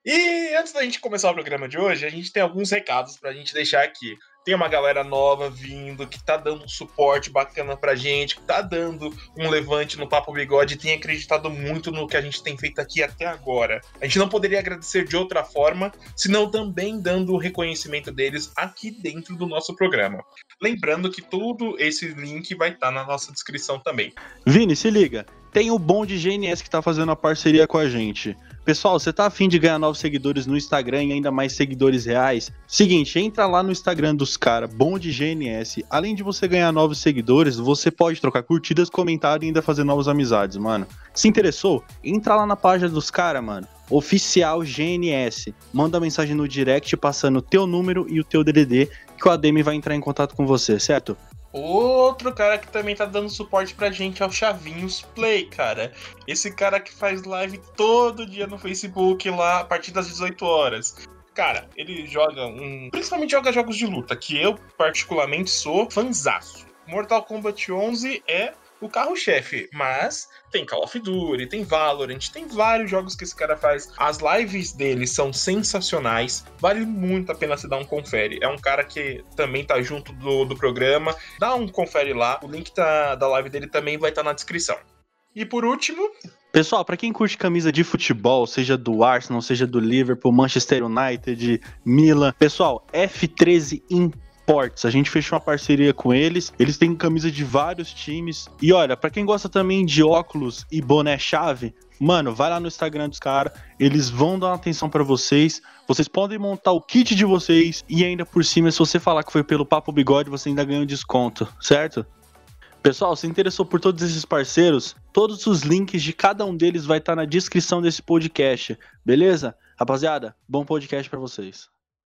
E antes da gente começar o programa de hoje, a gente tem alguns recados pra gente deixar aqui. Tem uma galera nova vindo, que tá dando um suporte bacana pra gente, que tá dando um levante no Papo Bigode e tem acreditado muito no que a gente tem feito aqui até agora. A gente não poderia agradecer de outra forma, senão também dando o reconhecimento deles aqui dentro do nosso programa. Lembrando que todo esse link vai estar na nossa descrição também. Vini, se liga, tem o Bonde GNS que tá fazendo a parceria com a gente. Pessoal, você tá afim de ganhar novos seguidores no Instagram e ainda mais seguidores reais? Seguinte, entra lá no Instagram dos caras, Bonde GNS. Além de você ganhar novos seguidores, você pode trocar curtidas, comentários e ainda fazer novas amizades, mano. Se interessou? Entra lá na página dos caras, mano. Oficial GNS. Manda mensagem no direct passando o teu número e o teu DDD que o ADM vai entrar em contato com você, certo? Outro cara que também tá dando suporte pra gente é o Chavinhos Play, cara. Esse cara que faz live todo dia no Facebook lá a partir das 18 horas. Cara, ele principalmente joga jogos de luta, que eu particularmente sou fanzaço. Mortal Kombat 11 é o carro-chefe, mas tem Call of Duty, tem Valorant, tem vários jogos que esse cara faz. As lives dele são sensacionais, vale muito a pena você dar um confere. É um cara que também tá junto do programa, dá um confere lá, o link da live dele também vai estar na descrição. E por último... Pessoal, pra quem curte camisa de futebol, seja do Arsenal, seja do Liverpool, Manchester United, Milan, pessoal, F13 Imports, a gente fechou uma parceria com eles têm camisa de vários times, e olha, pra quem gosta também de óculos e boné-chave, mano, vai lá no Instagram dos caras, eles vão dar uma atenção pra vocês podem montar o kit de vocês, e ainda por cima, se você falar que foi pelo Papo Bigode, você ainda ganha um desconto, certo? Pessoal, se interessou por todos esses parceiros, todos os links de cada um deles vai estar na descrição desse podcast, beleza? Rapaziada, bom podcast pra vocês.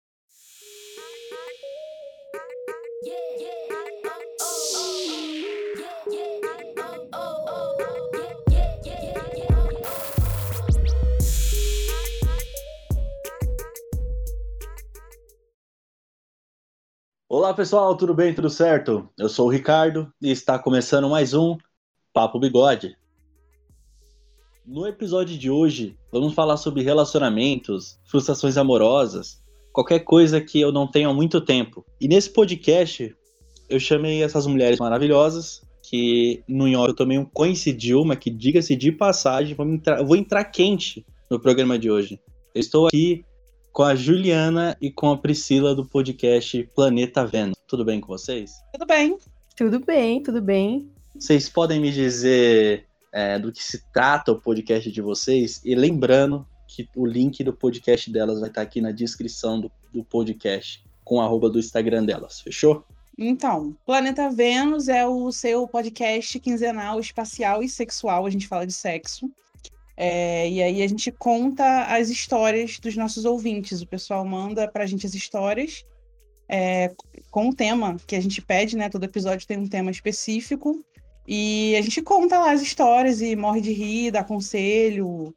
Olá pessoal, tudo bem? Tudo certo? Eu sou o Ricardo e está começando mais um Papo Bigode. No episódio de hoje, vamos falar sobre relacionamentos, frustrações amorosas, qualquer coisa que eu não tenho há muito tempo. E nesse podcast, eu chamei essas mulheres maravilhosas, que no Nhoque eu tomei um coincidiu, mas que diga-se de passagem, eu vou entrar quente no programa de hoje. Eu estou aqui com a Juliana e com a Priscila do podcast Planeta Vênus. Tudo bem com vocês? Tudo bem. Tudo bem, tudo bem. Vocês podem me dizer do que se trata o podcast de vocês? E lembrando que o link do podcast delas vai estar aqui na descrição do podcast, com o @ do Instagram delas, fechou? Então, Planeta Vênus é o seu podcast quinzenal, espacial e sexual, a gente fala de sexo. E aí a gente conta as histórias dos nossos ouvintes. O pessoal manda pra gente as histórias com o tema que a gente pede, né? Todo episódio tem um tema específico. E a gente conta lá as histórias e morre de rir, dá conselho,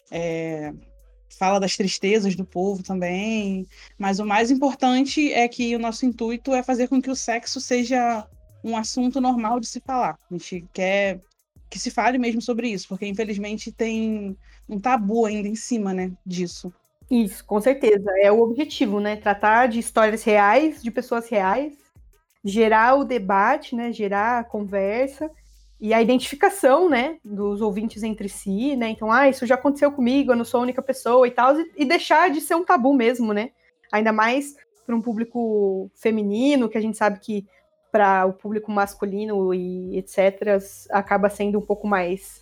fala das tristezas do povo também. Mas o mais importante é que o nosso intuito é fazer com que o sexo seja um assunto normal de se falar. A gente quer que se fale mesmo sobre isso, porque infelizmente tem um tabu ainda em cima, né, disso. Isso, com certeza. É o objetivo, né? Tratar de histórias reais, de pessoas reais, gerar o debate, né? Gerar a conversa e a identificação, né? Dos ouvintes entre si, né? Então, isso já aconteceu comigo, eu não sou a única pessoa e tal, e deixar de ser um tabu mesmo, né? Ainda mais para um público feminino, que a gente sabe que para o público masculino e etc., acaba sendo um pouco mais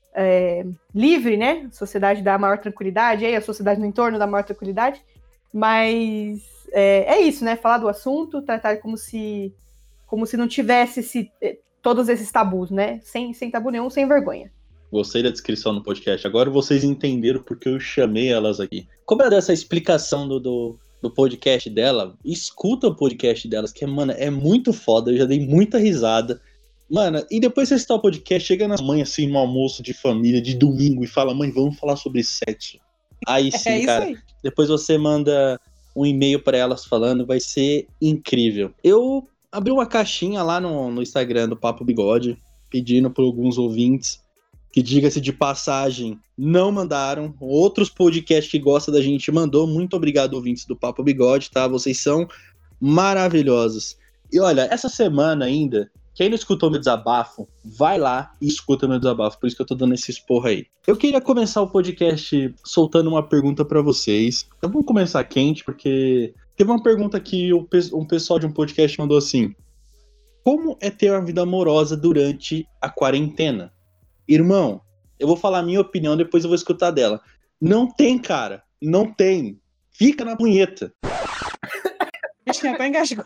livre, né? A sociedade dá maior tranquilidade, a sociedade no entorno dá maior tranquilidade, mas é isso, né? Falar do assunto, tratar como se não tivesse todos esses tabus, né? Sem tabu nenhum, sem vergonha. Gostei da descrição no podcast. Agora vocês entenderam porque eu chamei elas aqui. Como é dessa explicação do podcast dela, escuta o podcast delas, que, mano, é muito foda, eu já dei muita risada. Mano, e depois você está o podcast, chega na mãe, assim, no almoço de família, de domingo, e fala, mãe, vamos falar sobre sexo. Aí sim, cara, aí. Depois você manda um e-mail pra elas falando, vai ser incrível. Eu abri uma caixinha lá no Instagram do Papo Bigode, pedindo por alguns ouvintes que, diga-se de passagem, não mandaram. Outros podcasts que gostam da gente mandou. Muito obrigado, ouvintes do Papo Bigode, tá? Vocês são maravilhosos. E olha, essa semana ainda, quem não escutou meu desabafo, vai lá e escuta meu desabafo. Por isso que eu tô dando esse esporro aí. Eu queria começar o podcast soltando uma pergunta pra vocês. Então vamos começar quente, porque teve uma pergunta que um pessoal de um podcast mandou assim: como é ter uma vida amorosa durante a quarentena? Irmão, eu vou falar a minha opinião, depois eu vou escutar dela. Não tem, cara. Não tem. Fica na punheta. Bichinha, até engasgou.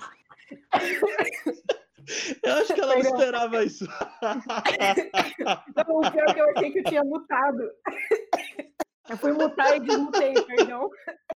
Eu acho que ela não esperava isso. Não, o pior é que eu achei que eu tinha mutado. Eu fui mutar e desmutei, perdão.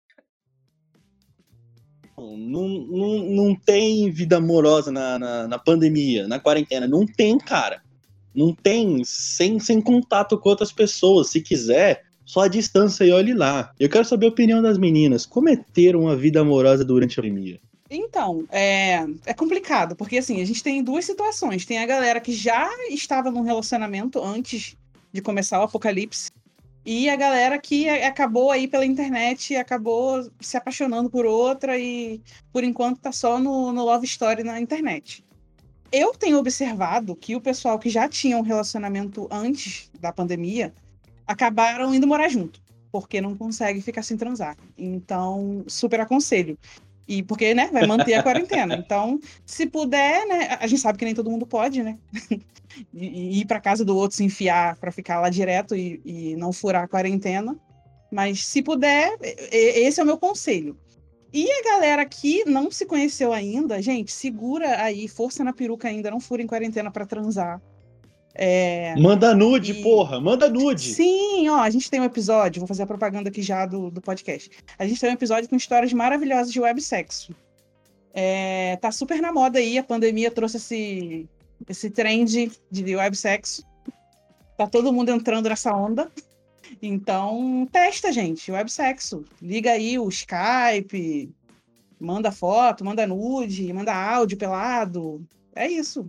Não tem vida amorosa na pandemia, na quarentena. Não tem, cara. Não tem, sem contato com outras pessoas. Se quiser, só a distância e olhe lá. Eu quero saber a opinião das meninas. Como é ter uma vida amorosa durante a pandemia? Então, é complicado, porque assim, a gente tem duas situações. Tem a galera que já estava num relacionamento antes de começar o apocalipse, e a galera que acabou aí pela internet, acabou se apaixonando por outra e, por enquanto, tá só no Love Story na internet. Eu tenho observado que o pessoal que já tinha um relacionamento antes da pandemia acabaram indo morar junto, porque não consegue ficar sem transar. Então, super aconselho. E porque, né, vai manter a quarentena. Então, se puder, né, a gente sabe que nem todo mundo pode, né, ir para casa do outro, se enfiar para ficar lá direto e não furar a quarentena. Mas se puder, esse é o meu conselho. E a galera que não se conheceu ainda, gente, segura aí, força na peruca ainda, não fura em quarentena para transar. Manda nude, porra, manda nude. Sim, ó, a gente tem um episódio, vou fazer a propaganda aqui já do podcast. A gente tem um episódio com histórias maravilhosas de websexo. Tá super na moda aí, a pandemia trouxe esse trend de websexo. Tá todo mundo entrando nessa onda. Então, testa, gente, websexo. Liga aí o Skype, manda foto, manda nude, manda áudio pelado. É isso.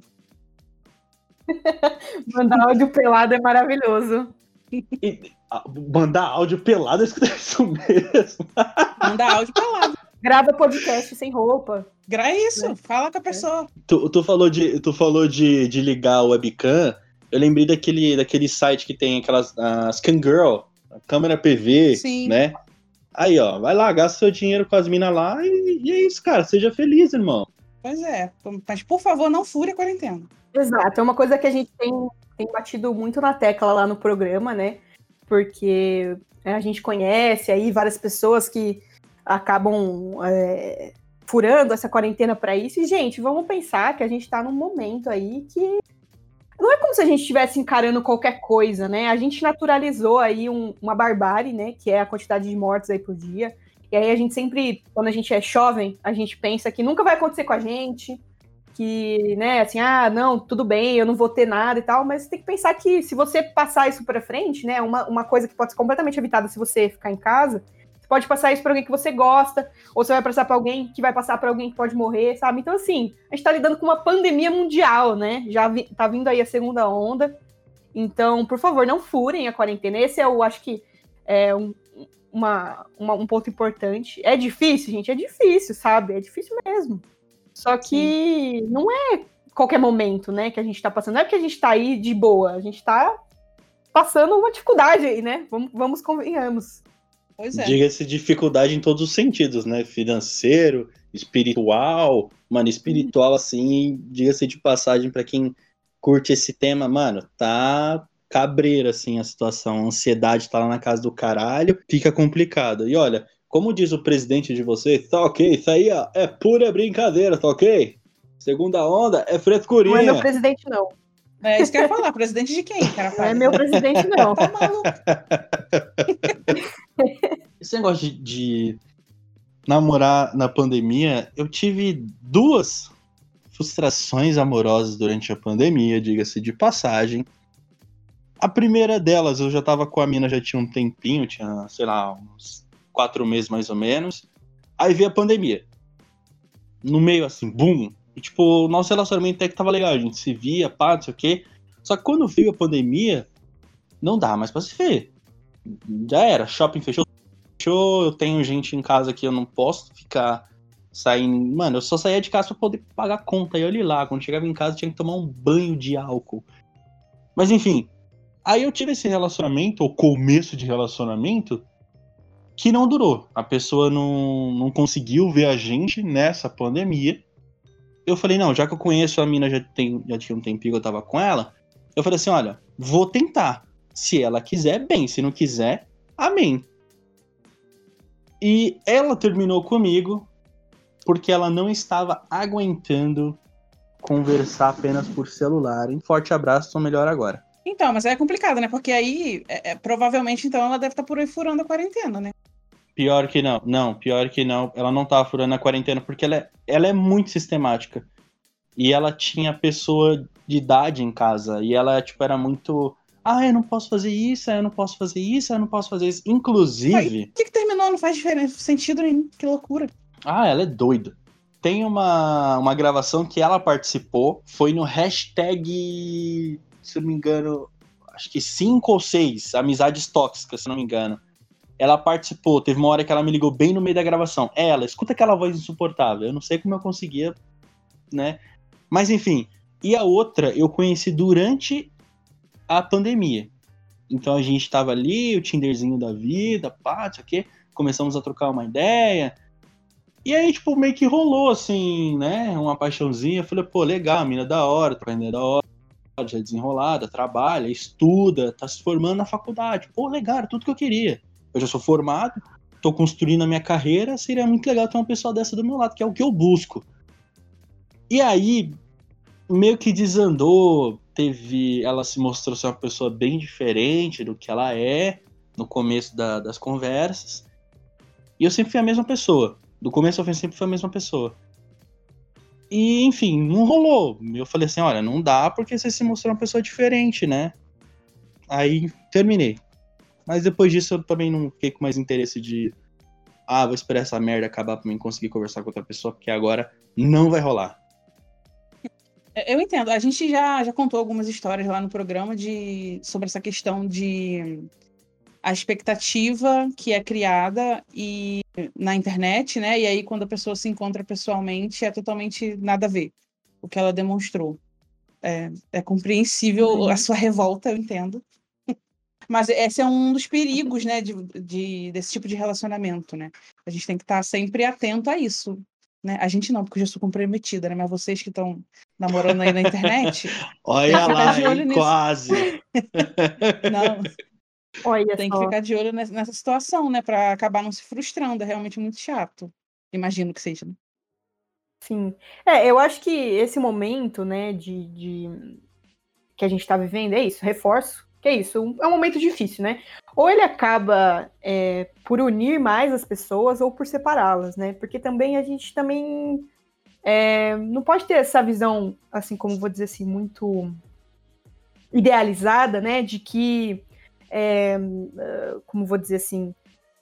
Mandar áudio pelado é maravilhoso. Mandar áudio pelado, isso mesmo. Mandar áudio pelado. Grava podcast sem roupa. Isso, fala com a pessoa. Tu falou de ligar o webcam. Eu lembrei daquele site que tem aquelas Scangirl, a câmera PV, Sim. Né? Aí, ó, vai lá, gasta seu dinheiro com as minas lá e é isso, cara. Seja feliz, irmão. Pois é, mas por favor, não fure a quarentena. Exato, é uma coisa que a gente tem batido muito na tecla lá no programa, né? Porque a gente conhece aí várias pessoas que acabam furando essa quarentena para isso. E, gente, vamos pensar que a gente tá num momento aí que não é como se a gente estivesse encarando qualquer coisa, né? A gente naturalizou aí uma barbárie, né? Que é a quantidade de mortes aí por dia. E aí a gente sempre, quando a gente é jovem, a gente pensa que nunca vai acontecer com a gente, que, né, assim, não, tudo bem, eu não vou ter nada e tal, mas tem que pensar que se você passar isso pra frente, né, uma coisa que pode ser completamente evitada se você ficar em casa, você pode passar isso pra alguém que você gosta, ou você vai passar pra alguém que vai passar pra alguém que pode morrer, sabe? Então, assim, a gente tá lidando com uma pandemia mundial, né? Tá vindo aí a segunda onda. Então, por favor, não furem a quarentena. Esse eu acho que é um ponto importante. É difícil, gente? É difícil, sabe? É difícil mesmo. Só que não é qualquer momento, né, que a gente tá passando. Não é porque a gente tá aí de boa. A gente tá passando uma dificuldade aí, né? Vamos convenhamos. Pois é. Diga-se dificuldade em todos os sentidos, né? Financeiro, espiritual. Mano, espiritual, assim, diga-se de passagem pra quem curte esse tema, mano, tá cabreira, assim, a situação. A ansiedade tá lá na casa do caralho, fica complicado. E olha, como diz o presidente de vocês, tá ok, isso aí ó, é pura brincadeira, tá ok? Segunda onda é frescurinha. Não é meu presidente, não. É isso que eu ia falar, presidente de quem, cara? Não é meu presidente, não. Tá maluco. Esse negócio de namorar na pandemia, eu tive 2 frustrações amorosas durante a pandemia, diga-se de passagem. A primeira delas, eu já tava com a mina, já tinha um tempinho, tinha, sei lá, uns 4 meses mais ou menos. Aí veio a pandemia. No meio, assim, boom. E, tipo, o nosso relacionamento até que tava legal, a gente se via, pá, não sei o quê. Só que quando veio a pandemia, não dá mais pra se ver. Já era, shopping fechou, eu tenho gente em casa que eu não posso ficar saindo. Mano, eu só saía de casa pra poder pagar a conta. E olha lá, quando chegava em casa tinha que tomar um banho de álcool. Mas enfim, aí eu tive esse relacionamento, ou começo de relacionamento, que não durou. A pessoa não conseguiu ver a gente nessa pandemia. Eu falei, não, já que eu conheço a mina, já tinha um tempinho que eu tava com ela, eu falei assim, olha, vou tentar. Se ela quiser, bem. Se não quiser, amém. E ela terminou comigo porque ela não estava aguentando conversar apenas por celular. Um forte abraço, tô melhor agora. Então, mas é complicado, né? Porque aí, provavelmente, então, ela deve estar por aí furando a quarentena, né? Pior que não. Não, pior que não. Ela não tava furando a quarentena porque ela é muito sistemática. E ela tinha pessoa de idade em casa. E ela, tipo, era muito... Ah, eu não posso fazer isso, eu não posso fazer isso, eu não posso fazer isso. Inclusive... Por que terminou? Não faz sentido nenhum. Que loucura. Ah, ela é doida. Tem uma gravação que ela participou, foi no hashtag, se eu não me engano, acho que 5 ou 6, amizades tóxicas, se não me engano. Ela participou, teve uma hora que ela me ligou bem no meio da gravação. Ela, escuta aquela voz insuportável. Eu não sei como eu conseguia, né? Mas enfim, e a outra eu conheci durante a pandemia. Então a gente tava ali, o Tinderzinho da vida, pá, isso aqui, começamos a trocar uma ideia. E aí, tipo, meio que rolou, assim, né, uma paixãozinha. Eu falei, pô, legal, a mina é da hora, troca ideia da hora, já é desenrolada, trabalha, estuda, tá se formando na faculdade. Pô, legal, tudo que eu queria. Eu já sou formado, tô construindo a minha carreira, seria muito legal ter uma pessoa dessa do meu lado, que é o que eu busco. E aí, meio que desandou, ela se mostrou ser uma pessoa bem diferente do que ela é no começo das conversas. E eu sempre fui a mesma pessoa. Do começo ao fim sempre foi a mesma pessoa. E, enfim, não rolou. Eu falei assim, olha, não dá porque você se mostrou uma pessoa diferente, né? Aí, terminei. Mas depois disso eu também não fiquei com mais interesse de... Ah, vou esperar essa merda acabar pra mim conseguir conversar com outra pessoa, porque agora não vai rolar. Eu entendo. A gente já contou algumas histórias lá no programa sobre essa questão de a expectativa que é criada na internet, né? E aí, quando a pessoa se encontra pessoalmente, é totalmente nada a ver o que ela demonstrou. É compreensível a sua revolta, eu entendo. Mas esse é um dos perigos, né, desse tipo de relacionamento, né? A gente tem que estar sempre atento a isso, né? A gente não, porque eu já sou comprometida, né? Mas vocês que estão namorando aí na internet... Olha lá, hein? Quase! Não... Olha tem só. que ficar de olho nessa situação, né? Pra acabar não se frustrando. É realmente muito chato. Imagino que seja, né? Sim. Eu acho que esse momento, né, que a gente tá vivendo, é isso, reforço, que é isso, é um momento difícil, né? Ou ele acaba por unir mais as pessoas ou por separá-las, né? Porque também a gente também não pode ter essa visão, assim, como vou dizer assim, muito idealizada, né? De que como vou dizer assim,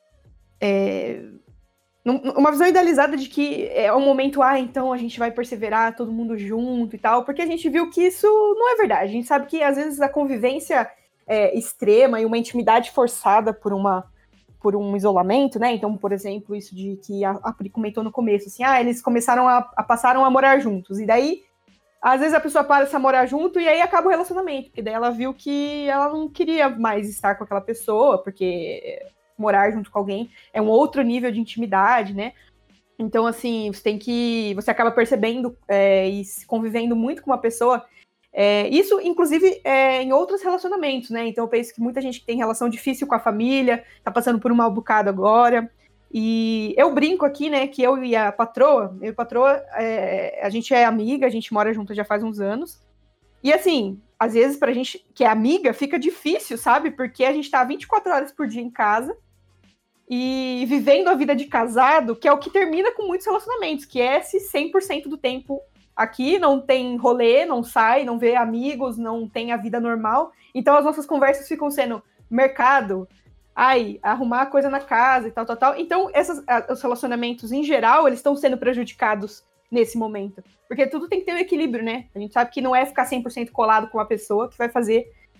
uma visão idealizada de que é um momento, então a gente vai perseverar todo mundo junto e tal, porque a gente viu que isso não é verdade. A gente sabe que às vezes a convivência extrema e uma intimidade forçada por um isolamento, né? Então, por exemplo, isso de que a Pri comentou no começo, assim, eles começaram passaram a morar juntos, e daí às vezes a pessoa para de morar junto e aí acaba o relacionamento, porque daí ela viu que ela não queria mais estar com aquela pessoa, porque morar junto com alguém é um outro nível de intimidade, né? Então, assim, você acaba percebendo e convivendo muito com uma pessoa. Isso, inclusive, em outros relacionamentos, né? Então, eu penso que muita gente que tem relação difícil com a família, tá passando por um mal bocado agora. E eu brinco aqui, né, que eu e a patroa, a gente é amiga, a gente mora junto já faz uns anos. E assim, às vezes pra gente que é amiga, fica difícil, sabe? Porque a gente tá 24 horas por dia em casa e vivendo a vida de casado, que é o que termina com muitos relacionamentos, que é esse 100% do tempo aqui, não tem rolê, não sai, não vê amigos, não tem a vida normal. Então as nossas conversas ficam sendo mercado, arrumar coisa na casa e tal. Então, os relacionamentos, em geral, eles estão sendo prejudicados nesse momento. Porque tudo tem que ter um equilíbrio, né? A gente sabe que não é ficar 100% colado com uma pessoa que vai fazer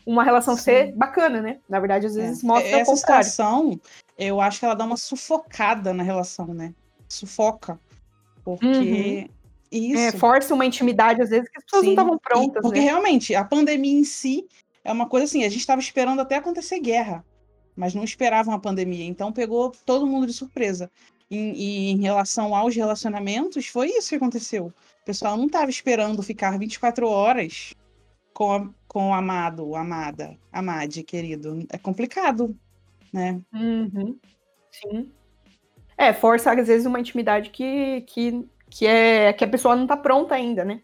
uma relação Sim. ser bacana, né? Na verdade, às vezes mostra o Essa contrário. situação, eu acho que ela dá uma sufocada na relação, né? Sufoca. Porque isso. Força uma intimidade, às vezes, que as pessoas não Sim. estavam prontas, Porque né? realmente, a pandemia em si é uma coisa assim, a gente estava esperando até acontecer guerra, mas não esperavam a pandemia. Então pegou todo mundo de surpresa. E em relação aos relacionamentos, foi isso que aconteceu. O pessoal não estava esperando ficar 24 horas com o amado, amada, amade, querido. É complicado, né? Uhum. Sim. Força, às vezes, uma intimidade que a pessoa não tá pronta ainda, né?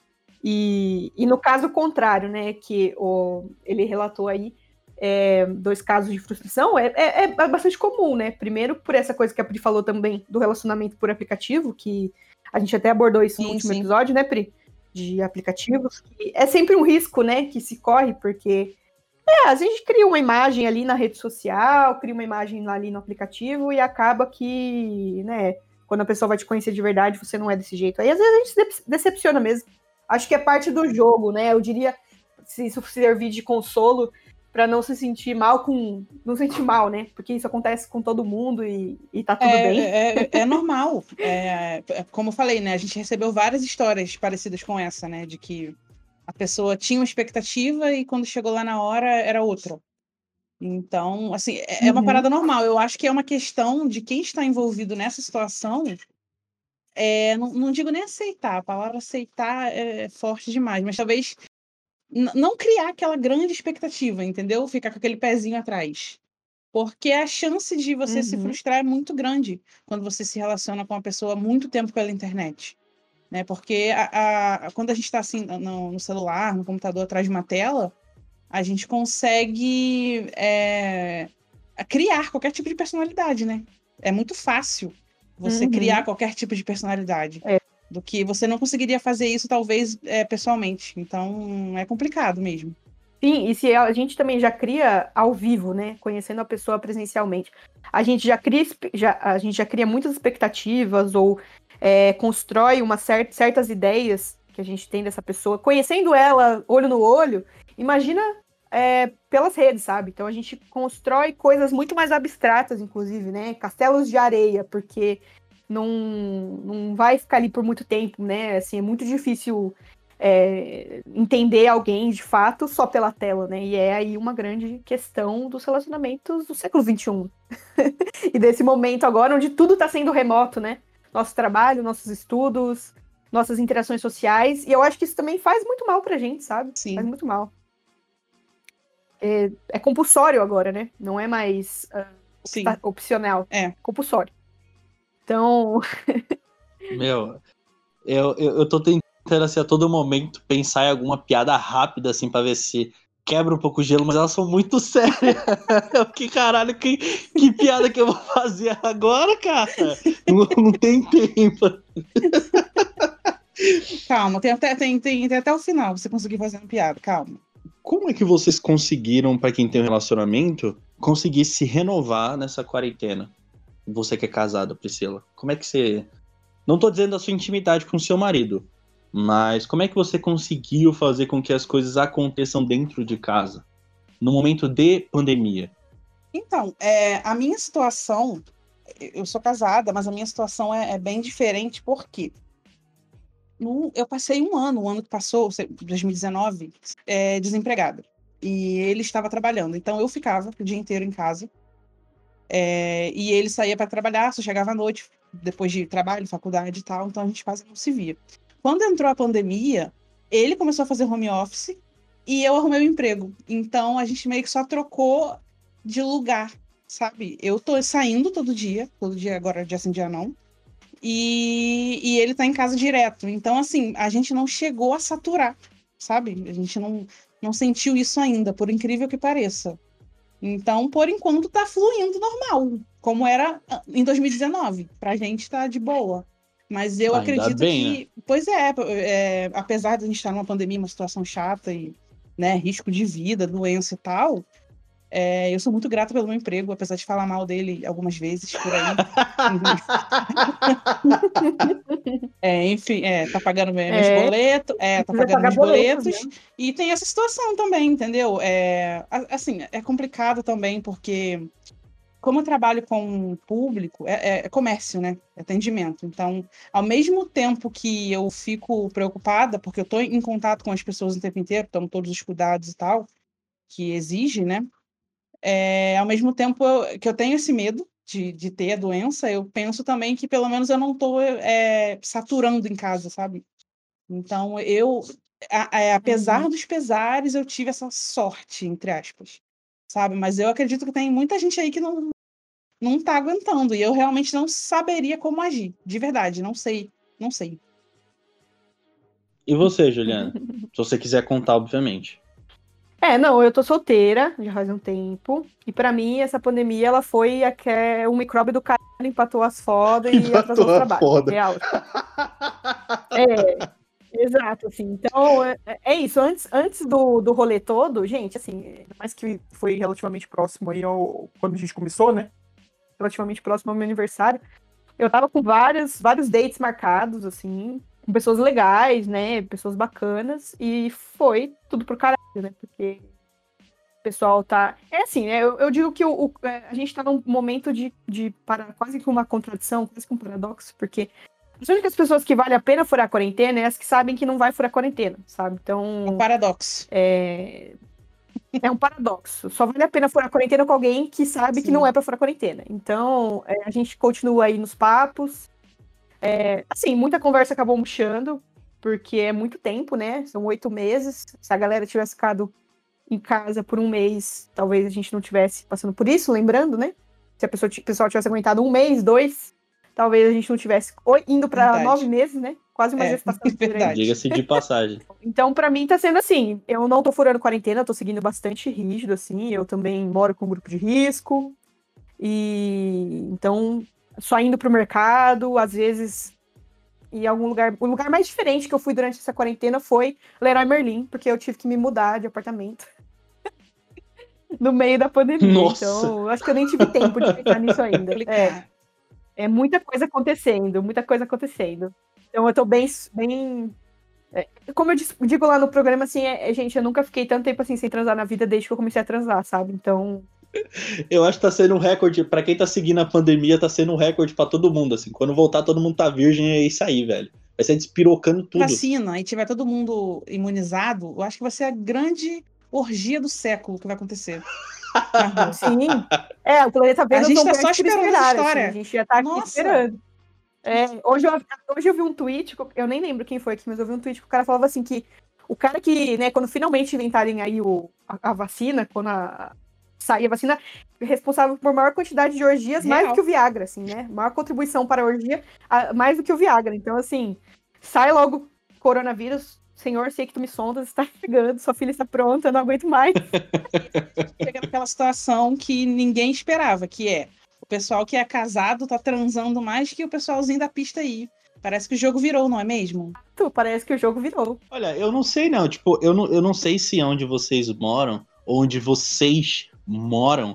E no caso contrário, né, que ele relatou aí, 2 casos de frustração, é bastante comum, né? Primeiro, por essa coisa que a Pri falou também, do relacionamento por aplicativo, que a gente até abordou isso no último episódio, né, Pri? De aplicativos. Que é sempre um risco, né, que se corre, porque a gente cria uma imagem ali na rede social, cria uma imagem ali no aplicativo e acaba que, né, quando a pessoa vai te conhecer de verdade, você não é desse jeito. Aí às vezes a gente se decepciona mesmo. Acho que é parte do jogo, né? Eu diria, se isso servir de consolo para não se sentir mal não sentir mal, né? Porque isso acontece com todo mundo e tá tudo bem. É normal. Como eu falei, né? A gente recebeu várias histórias parecidas com essa, né? De que a pessoa tinha uma expectativa e quando chegou lá na hora era outra. Então, assim, é uma parada normal. Eu acho que é uma questão de quem está envolvido nessa situação. Não digo nem aceitar, a palavra aceitar é forte demais, mas talvez não criar aquela grande expectativa, entendeu? Ficar com aquele pezinho atrás. Porque a chance de você se frustrar é muito grande quando você se relaciona com uma pessoa há muito tempo pela internet. Né? Porque quando a gente está assim, no celular, no computador, atrás de uma tela, a gente consegue criar qualquer tipo de personalidade, né? É muito fácil você criar qualquer tipo de personalidade. Do que você não conseguiria fazer isso, talvez, pessoalmente. Então, é complicado mesmo. Sim, e se a gente também já cria ao vivo, né? Conhecendo a pessoa presencialmente. A gente já cria muitas expectativas ou constrói certas ideias que a gente tem dessa pessoa. Conhecendo ela olho no olho, imagina pelas redes, sabe? Então a gente constrói coisas muito mais abstratas, inclusive, né? Castelos de areia, porque não vai ficar ali por muito tempo, né? Assim, é muito difícil entender alguém de fato só pela tela, né? E é aí uma grande questão dos relacionamentos do século XXI. E desse momento agora, onde tudo está sendo remoto, né? Nosso trabalho, nossos estudos, nossas interações sociais. E eu acho que isso também faz muito mal pra gente, sabe? Sim. Faz muito mal. É compulsório agora, né? Não é mais opcional. É compulsório. Então... Eu tô tentando, assim, a todo momento pensar em alguma piada rápida, assim, pra ver se quebra um pouco o gelo, mas elas são muito sérias. Que caralho, que piada que eu vou fazer agora, cara? Não tem tempo. Calma, tem até o final pra você conseguir fazer uma piada, calma. Como é que vocês conseguiram, pra quem tem um relacionamento, conseguir se renovar nessa quarentena? Você que é casada, Priscila. Como é que você... Não tô dizendo a sua intimidade com o seu marido, mas como é que você conseguiu fazer com que as coisas aconteçam dentro de casa, no momento de pandemia? Então, a minha situação, eu sou casada, mas a minha situação é bem diferente, porque eu passei o ano que passou, 2019, desempregada. E ele estava trabalhando, então eu ficava o dia inteiro em casa. E ele saía para trabalhar, só chegava à noite, depois de trabalho, faculdade e tal, então a gente quase não se via. Quando entrou a pandemia, ele começou a fazer home office e eu arrumei um emprego. Então a gente meio que só trocou de lugar, sabe? Eu tô saindo todo dia agora, dia sim, dia não. E ele tá em casa direto. Então, assim, a gente não chegou a saturar, sabe? A gente não sentiu isso ainda, por incrível que pareça. Então, por enquanto, tá fluindo normal, como era em 2019. Pra gente tá de boa. Mas eu acredito que... Né? Pois apesar de a gente estar numa pandemia, uma situação chata e, né, risco de vida, doença e tal, eu sou muito grata pelo meu emprego, apesar de falar mal dele algumas vezes por aí. Enfim, tá pagando meus É. boletos, tá Precisa pagando pagar meus boletos, né? e tem essa situação também, entendeu? Assim, é complicado também, porque como eu trabalho com público, é comércio, né? É atendimento. Então, ao mesmo tempo que eu fico preocupada, porque eu estou em contato com as pessoas o tempo inteiro, tomo todos os cuidados e tal, que exige, né? Ao mesmo tempo que eu tenho esse medo de ter a doença, eu penso também que pelo menos eu não estou saturando em casa, sabe? Então, apesar dos pesares, eu tive essa sorte, entre aspas, sabe? Mas eu acredito que tem muita gente aí que não tá aguentando, e eu realmente não saberia como agir, de verdade, não sei. E você, Juliana? Se você quiser contar, obviamente. Não, eu tô solteira já faz um tempo. E pra mim, essa pandemia, ela foi um micróbio do caralho, empatou as fodas e atrasou os trabalhos. Foda. Real. Exato, assim. Então, é isso. Antes do rolê todo, gente, assim, ainda mais que foi relativamente próximo aí quando a gente começou, né? Relativamente próximo ao meu aniversário. Eu tava com vários dates marcados, assim, com pessoas legais, né? Pessoas bacanas. E foi tudo pro caralho, né? Porque o pessoal tá... É assim, né? Eu digo que a gente tá num momento de quase que uma contradição, quase que um paradoxo, porque as únicas pessoas que vale a pena furar a quarentena é as que sabem que não vai furar a quarentena, sabe? Então... Um paradoxo. É um paradoxo. Só vale a pena furar a quarentena com alguém que sabe que não é pra furar a quarentena. Então, a gente continua aí nos papos. Assim, muita conversa acabou murchando, porque é muito tempo, né? São 8 meses. Se a galera tivesse ficado em casa por um mês, talvez a gente não tivesse passando por isso, lembrando, né? Se o pessoal tivesse aguentado um mês, 2, talvez a gente não tivesse indo pra Verdade. 9 meses, né? Quase uma gestação verdade. Diga-se de passagem. Então, pra mim, tá sendo assim, eu não tô furando quarentena, eu tô seguindo bastante rígido, assim, eu também moro com um grupo de risco, e então, só indo pro mercado, às vezes, em algum lugar, o lugar mais diferente que eu fui durante essa quarentena foi Leroy Merlin, porque eu tive que me mudar de apartamento no meio da pandemia. Nossa. Então, eu acho que eu nem tive tempo de pensar nisso ainda. É muita coisa acontecendo, Então, eu tô bem como eu digo lá no programa, assim, gente, eu nunca fiquei tanto tempo assim sem transar na vida desde que eu comecei a transar, sabe? Então... Eu acho que tá sendo um recorde, pra quem tá seguindo a pandemia, tá sendo um recorde pra todo mundo, assim. Quando voltar, todo mundo tá virgem, é isso aí, velho. Vai ser despirocando tudo. Vacina e tiver todo mundo imunizado, eu acho que vai ser a grande orgia do século que vai acontecer. Sim. O planeta Vênus a gente não tá perde só por esperando essa esperar, história. assim, a gente já tá aqui Nossa. esperando. Hoje eu vi um tweet, eu nem lembro quem foi aqui, mas eu vi um tweet que o cara falava assim que o cara que, né, quando finalmente inventarem aí a vacina, quando sair a vacina, é responsável por maior quantidade de orgias, mais do que o Viagra, assim, né? Maior contribuição para a orgia, mais do que o Viagra. Então, assim, sai logo coronavírus. Senhor, sei que tu me sondas, está chegando, sua filha está pronta, eu não aguento mais. Chega naquela situação que ninguém esperava, que é o pessoal que é casado tá transando mais que o pessoalzinho da pista aí. Parece que o jogo virou, não é mesmo? Parece que o jogo virou. Olha, eu não sei não, tipo, eu não sei se onde vocês moram, onde vocês moram,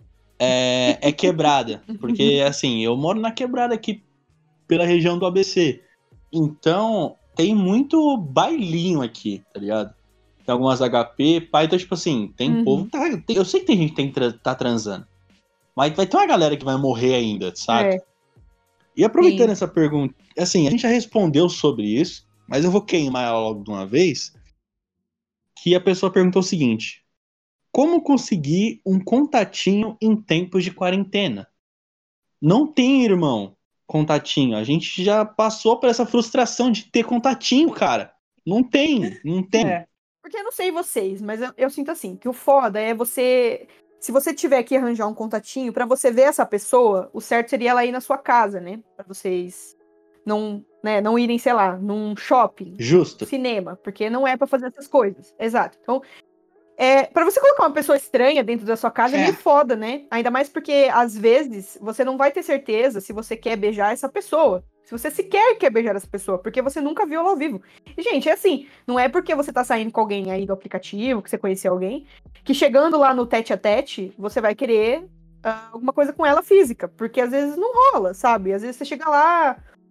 é quebrada. Porque, assim, eu moro na quebrada aqui, pela região do ABC. Então, tem muito bailinho aqui, tá ligado? Tem algumas HP, pai, então, tipo assim, tem povo... eu sei que tem gente que tá transando. Mas vai ter uma galera que vai morrer ainda, saca? E aproveitando essa pergunta, assim, a gente já respondeu sobre isso, mas eu vou queimar ela logo de uma vez, que a pessoa perguntou o seguinte: como conseguir um contatinho em tempos de quarentena? Não tem, irmão, contatinho. A gente já passou por essa frustração de ter contatinho, cara. Não tem. Porque eu não sei vocês, mas eu sinto assim, que o foda é você... Se você tiver que arranjar um contatinho, pra você ver essa pessoa, o certo seria ela ir na sua casa, né? Pra vocês não irem, sei lá, num shopping. Justo. Cinema, porque não é pra fazer essas coisas. Exato. Então, pra você colocar uma pessoa estranha dentro da sua casa é meio foda, né? Ainda mais porque, às vezes, você não vai ter certeza se você quer beijar essa pessoa. Se você sequer quer beijar essa pessoa, porque você nunca viu ela ao vivo. E, gente, é assim, não é porque você tá saindo com alguém aí do aplicativo, que você conheceu alguém, que chegando lá no tete-a-tete, você vai querer alguma coisa com ela física. Porque às vezes não rola, sabe? Às vezes você chega lá,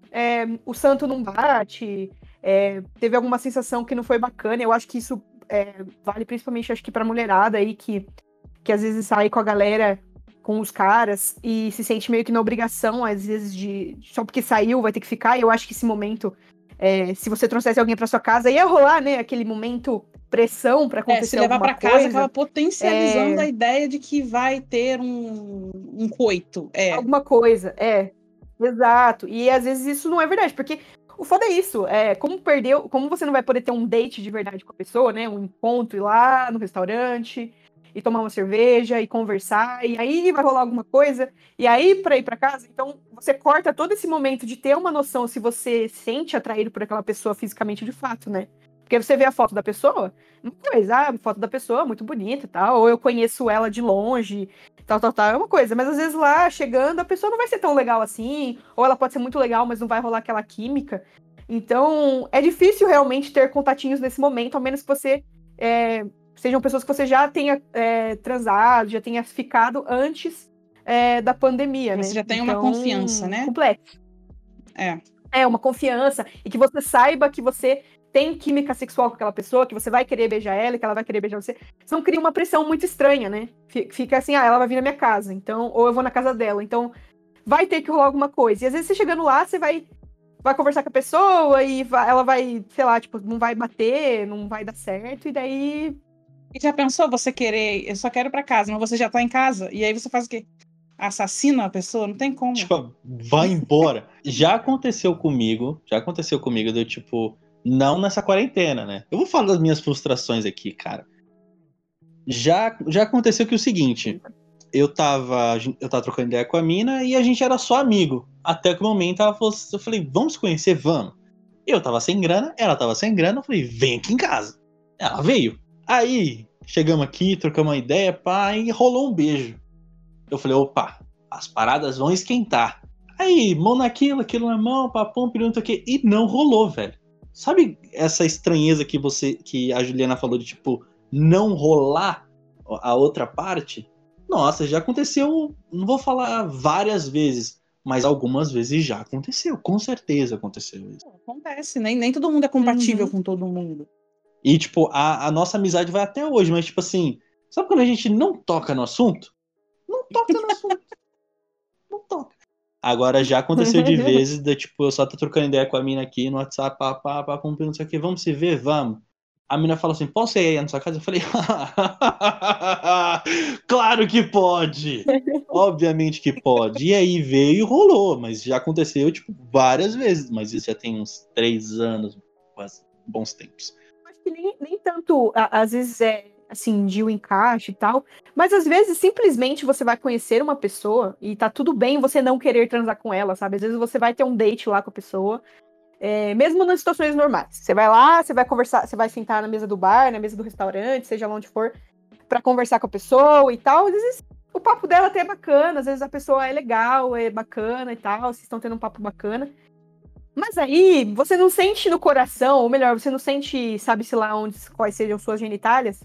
o santo não bate, teve alguma sensação que não foi bacana. Eu acho que isso vale principalmente, acho que pra mulherada aí, que às vezes sai com a galera, com os caras, e se sente meio que na obrigação, às vezes, só porque saiu, vai ter que ficar. E eu acho que esse momento, se você trouxesse alguém pra sua casa, ia rolar, né, aquele momento pressão pra acontecer se levar alguma pra casa, coisa. acaba potencializando a ideia de que vai ter um coito. Alguma coisa, exato. E às vezes isso não é verdade, porque o foda é isso, como você não vai poder ter um date de verdade com a pessoa, né, um encontro, ir lá no restaurante e tomar uma cerveja e conversar, e aí vai rolar alguma coisa, e aí pra ir pra casa, então você corta todo esse momento de ter uma noção se você se sente atraído por aquela pessoa fisicamente de fato, né? Porque você vê a foto da pessoa, uma coisa, a foto da pessoa muito bonita e tal, ou eu conheço ela de longe, tal, é uma coisa. Mas às vezes lá, chegando, a pessoa não vai ser tão legal assim, ou ela pode ser muito legal, mas não vai rolar aquela química. Então, é difícil realmente ter contatinhos nesse momento, a menos que você sejam pessoas que você já tenha transado, já tenha ficado antes da pandemia, né? Você já tem uma confiança, né? Complexo. Uma confiança, e que você saiba que você tem química sexual com aquela pessoa, que você vai querer beijar ela, que ela vai querer beijar você. Você não cria uma pressão muito estranha, né? Fica assim, ela vai vir na minha casa, então, ou eu vou na casa dela, então vai ter que rolar alguma coisa. E às vezes você chegando lá, você vai conversar com a pessoa e ela vai, sei lá, tipo, não vai bater, não vai dar certo, e daí... E já pensou você querer, eu só quero ir pra casa, mas você já tá em casa, e aí você faz o quê? Assassina a pessoa? Não tem como. Tipo, vai embora. Já aconteceu comigo, deu tipo, não nessa quarentena, né? Eu vou falar das minhas frustrações aqui, cara. Já aconteceu que o seguinte, eu tava trocando ideia com a mina e a gente era só amigo. Até que o momento ela falou, eu falei, vamos se conhecer? Vamos. Eu tava sem grana, ela tava sem grana, eu falei, vem aqui em casa. Ela veio. Aí, chegamos aqui, trocamos uma ideia, pá, e rolou um beijo. Eu falei, opa, as paradas vão esquentar. Aí, mão naquilo, aquilo na mão, papum, pergunta o quê. E não rolou, velho. Sabe essa estranheza que a Juliana falou de, tipo, não rolar a outra parte? Nossa, já aconteceu, não vou falar várias vezes, mas algumas vezes já aconteceu, com certeza aconteceu isso. Acontece, nem todo mundo é compatível com todo mundo. E, tipo, a nossa amizade vai até hoje, mas, tipo assim, sabe quando a gente não toca no assunto? Não toca no assunto. Não toca. Agora já aconteceu de vezes, tipo, eu só tô trocando ideia com a mina aqui no WhatsApp, não sei o que, vamos se ver? Vamos. A mina fala assim, posso ir aí na sua casa? Eu falei, claro que pode! Obviamente que pode. E aí veio e rolou, mas já aconteceu, tipo, várias vezes, mas isso já tem uns 3 anos, quase bons tempos. Acho que nem tanto, às vezes assim, de um encaixe e tal, mas às vezes simplesmente você vai conhecer uma pessoa e tá tudo bem você não querer transar com ela, sabe? Às vezes você vai ter um date lá com a pessoa, mesmo nas situações normais. Você vai lá, você vai conversar, você vai sentar na mesa do bar, na mesa do restaurante, seja lá onde for, pra conversar com a pessoa e tal. Às vezes o papo dela até é bacana, às vezes a pessoa é legal, é bacana e tal, vocês estão tendo um papo bacana. Mas aí, você não sente no coração, ou melhor, você não sente, sabe-se lá quais sejam suas genitálias,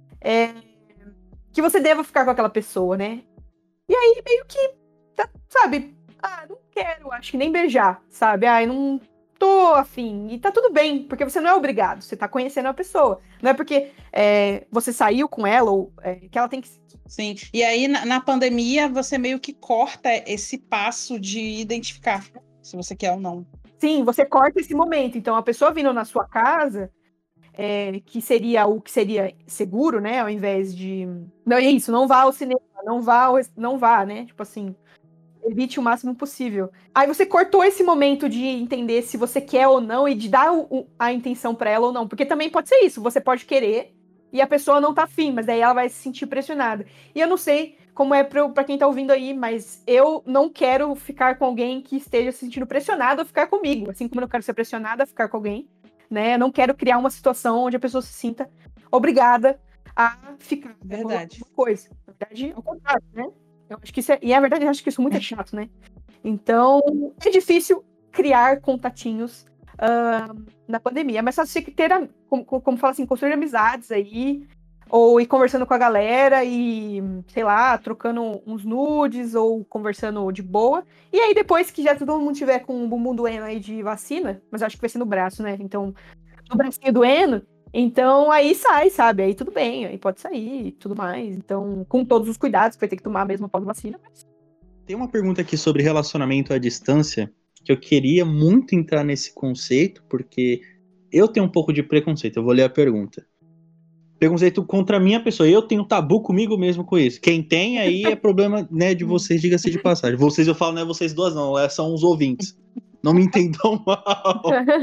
que você deva ficar com aquela pessoa, né? E aí, meio que, sabe, não quero, acho que nem beijar, sabe? Não tô afim. E tá tudo bem, porque você não é obrigado, você tá conhecendo a pessoa. Não é porque você saiu com ela, ou que ela tem que... Sim, e aí na pandemia, você meio que corta esse passo de identificar se você quer ou não. Sim, você corta esse momento. Então, a pessoa vindo na sua casa, que seria o que seria seguro, né? Ao invés de... Não, é isso, não vá ao cinema, não vá, né? Tipo assim, evite o máximo possível. Aí você cortou esse momento de entender se você quer ou não e de dar a intenção pra ela ou não. Porque também pode ser isso, você pode querer e a pessoa não tá afim, mas daí ela vai se sentir pressionada. E eu não sei como é pra quem tá ouvindo aí, mas eu não quero ficar com alguém que esteja se sentindo pressionado a ficar comigo. Assim como eu não quero ser pressionada a ficar com alguém, né? Eu não quero criar uma situação onde a pessoa se sinta obrigada a ficar. Verdade. Uma coisa. Na verdade, ao contrário, né? Eu acho que isso e a verdade, eu acho que isso é muito chato, né? Então, é difícil criar contatinhos na pandemia, mas só você ter, como fala assim, construir amizades aí, ou ir conversando com a galera e, sei lá, trocando uns nudes ou conversando de boa. E aí, depois que já todo mundo tiver com o bumbum doendo aí de vacina, mas acho que vai ser no braço, né? Então, no bracinho doendo, então aí sai, sabe? Aí tudo bem, aí pode sair e tudo mais. Então, com todos os cuidados que vai ter que tomar mesmo após a vacina. Tem uma pergunta aqui sobre relacionamento à distância, que eu queria muito entrar nesse conceito, porque eu tenho um pouco de preconceito. Eu vou ler a pergunta. Preconceito contra a minha pessoa. Eu tenho tabu comigo mesmo com isso. Quem tem aí é problema, né, de vocês, diga-se de passagem. Vocês, eu falo, não é vocês duas, não. São os ouvintes. Não me entendam mal.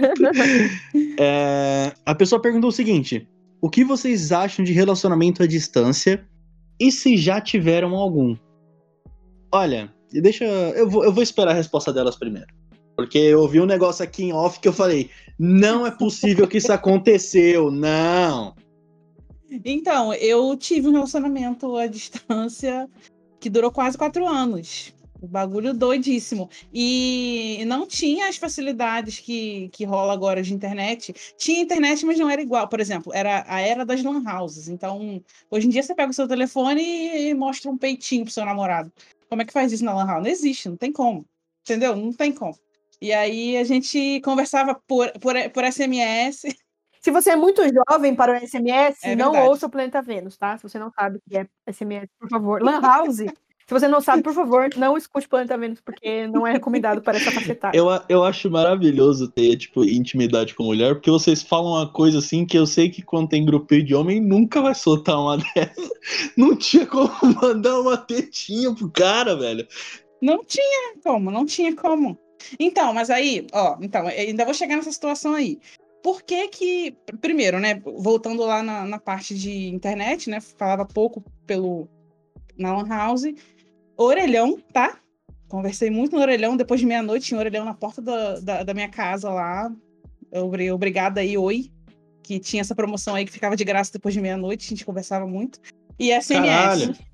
A pessoa perguntou o seguinte: o que vocês acham de relacionamento à distância e se já tiveram algum? Olha, eu vou esperar a resposta delas primeiro. Porque eu ouvi um negócio aqui em off que eu falei: não é possível que isso aconteceu, não. Então, eu tive um relacionamento à distância que durou quase 4 anos. O bagulho doidíssimo. E não tinha as facilidades que rola agora de internet. Tinha internet, mas não era igual. Por exemplo, era a era das lan houses. Então, hoje em dia você pega o seu telefone e mostra um peitinho pro seu namorado. Como é que faz isso na lan house? Não existe, não tem como. Entendeu? Não tem como. E aí a gente conversava por SMS. Se você é muito jovem para o SMS, É não verdade. ouça o Planeta Vênus, tá? Se você não sabe o que é SMS, por favor. Lan House, se você não sabe, por favor, não escute o Planeta Vênus, porque não é recomendado para essa faixa etária. Eu acho maravilhoso ter, tipo, intimidade com mulher, porque vocês falam uma coisa assim que eu sei que quando tem grupinho de homem nunca vai soltar uma dessa. Não tinha como mandar uma tetinha pro cara, velho. Não tinha como. Então, mas aí, ó, então, eu ainda vou chegar nessa situação aí. Por que primeiro, né, voltando lá na parte de internet, né, falava pouco na Lan House, orelhão, tá? Conversei muito no orelhão, depois de meia-noite tinha um orelhão na porta da minha casa lá, obrigada aí, oi, que tinha essa promoção aí que ficava de graça depois de meia-noite, a gente conversava muito, e SMS. Caralho.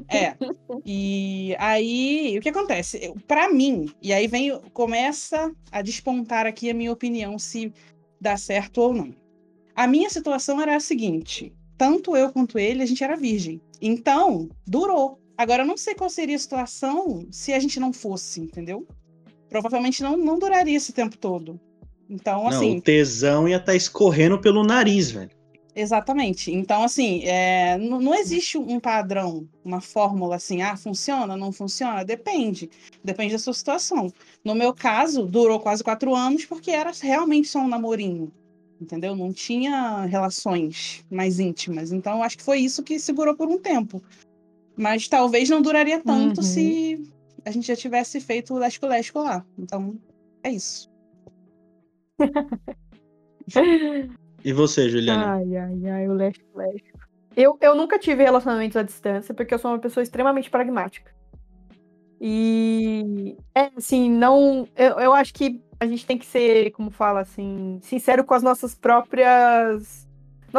E aí, o que acontece? Para mim, e aí começa a despontar aqui a minha opinião, se dá certo ou não. A minha situação era a seguinte: tanto eu quanto ele, a gente era virgem. Então, durou. Agora, eu não sei qual seria a situação se a gente não fosse, entendeu? Provavelmente não duraria esse tempo todo. Então, Não, assim. o tesão ia estar escorrendo pelo nariz, velho. Exatamente. Então, assim, não existe um padrão, uma fórmula assim, funciona, não funciona? Depende. Depende da sua situação. No meu caso, durou quase 4 anos porque era realmente só um namorinho, entendeu? Não tinha relações mais íntimas. Então, eu acho que foi isso que segurou por um tempo. Mas talvez não duraria tanto se a gente já tivesse feito o lesco-lesco lá. Então, é isso. E você, Juliana? Ai, o leste. Eu nunca tive relacionamentos à distância, porque eu sou uma pessoa extremamente pragmática. E, assim, não... Eu acho que a gente tem que ser, como fala, assim, sincero com as nossas próprias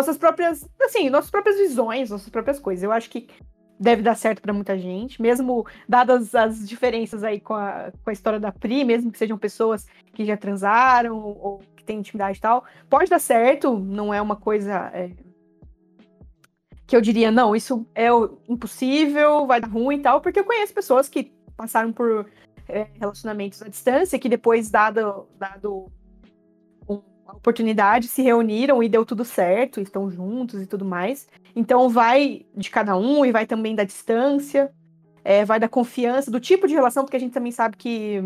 visões, nossas próprias coisas. Eu acho que deve dar certo pra muita gente, mesmo dadas as diferenças aí com a história da Pri, mesmo que sejam pessoas que já transaram ou que têm intimidade e tal, pode dar certo, não é uma coisa que eu diria, não, isso é impossível, vai dar ruim e tal, porque eu conheço pessoas que passaram por relacionamentos à distância, que depois, dado a oportunidade, se reuniram e deu tudo certo, estão juntos e tudo mais. Então vai de cada um e vai também da distância, vai da confiança, do tipo de relação, porque a gente também sabe que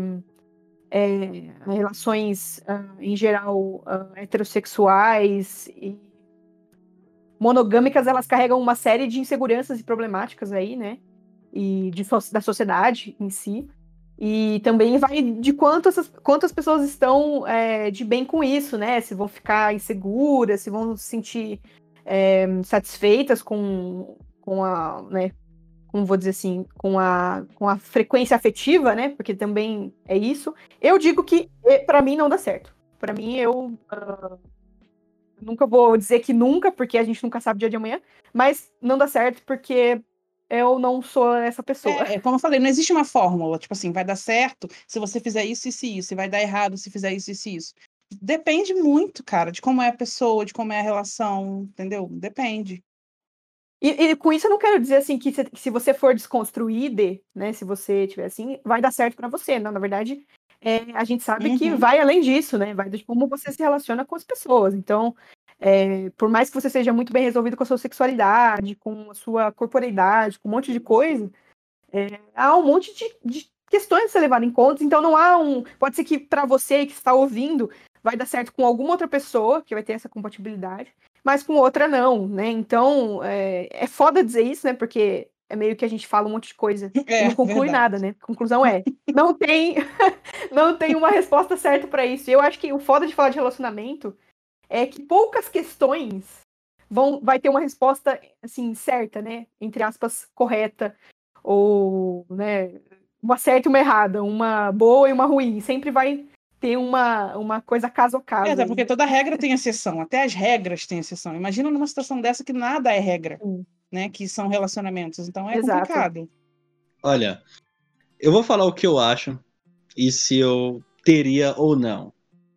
relações, em geral, heterossexuais e monogâmicas, elas carregam uma série de inseguranças e problemáticas aí, né? E da sociedade em si. E também vai de quantas pessoas estão de bem com isso, né? Se vão ficar inseguras, se vão se sentir satisfeitas com a, né? Como vou dizer assim, com a frequência afetiva, né? Porque também é isso. Eu digo que para mim não dá certo. Para mim, eu nunca vou dizer que nunca, porque a gente nunca sabe o dia de amanhã, mas não dá certo porque eu não sou essa pessoa. Como eu falei, não existe uma fórmula, tipo assim, vai dar certo se você fizer isso, isso e isso, e vai dar errado se fizer isso, isso e isso. Depende muito, cara, de como é a pessoa, de como é a relação, entendeu? Depende. E com isso eu não quero dizer assim que se você for desconstruída, né? Se você tiver assim, vai dar certo pra você. Não, na verdade, a gente sabe que vai além disso, né? Vai de como você se relaciona com as pessoas. Então, por mais que você seja muito bem resolvido com a sua sexualidade, com a sua corporeidade, com um monte de coisa, há um monte de questões a ser levadas em conta. Então, não há pode ser que pra você que está ouvindo, vai dar certo com alguma outra pessoa, que vai ter essa compatibilidade, mas com outra não, né? Então, é foda dizer isso, né? Porque é meio que a gente fala um monte de coisa e não conclui nada, né? A conclusão não tem, não tem uma resposta certa pra isso. E eu acho que o foda de falar de relacionamento é que poucas questões vai ter uma resposta, assim, certa, né? Entre aspas, correta, ou, né, uma certa e uma errada, uma boa e uma ruim. Sempre vai ter uma coisa caso a caso. Até porque toda regra tem exceção, até as regras têm exceção. Imagina numa situação dessa que nada é regra, né? Que são relacionamentos, então é complicado. Olha, eu vou falar o que eu acho e se eu teria ou não.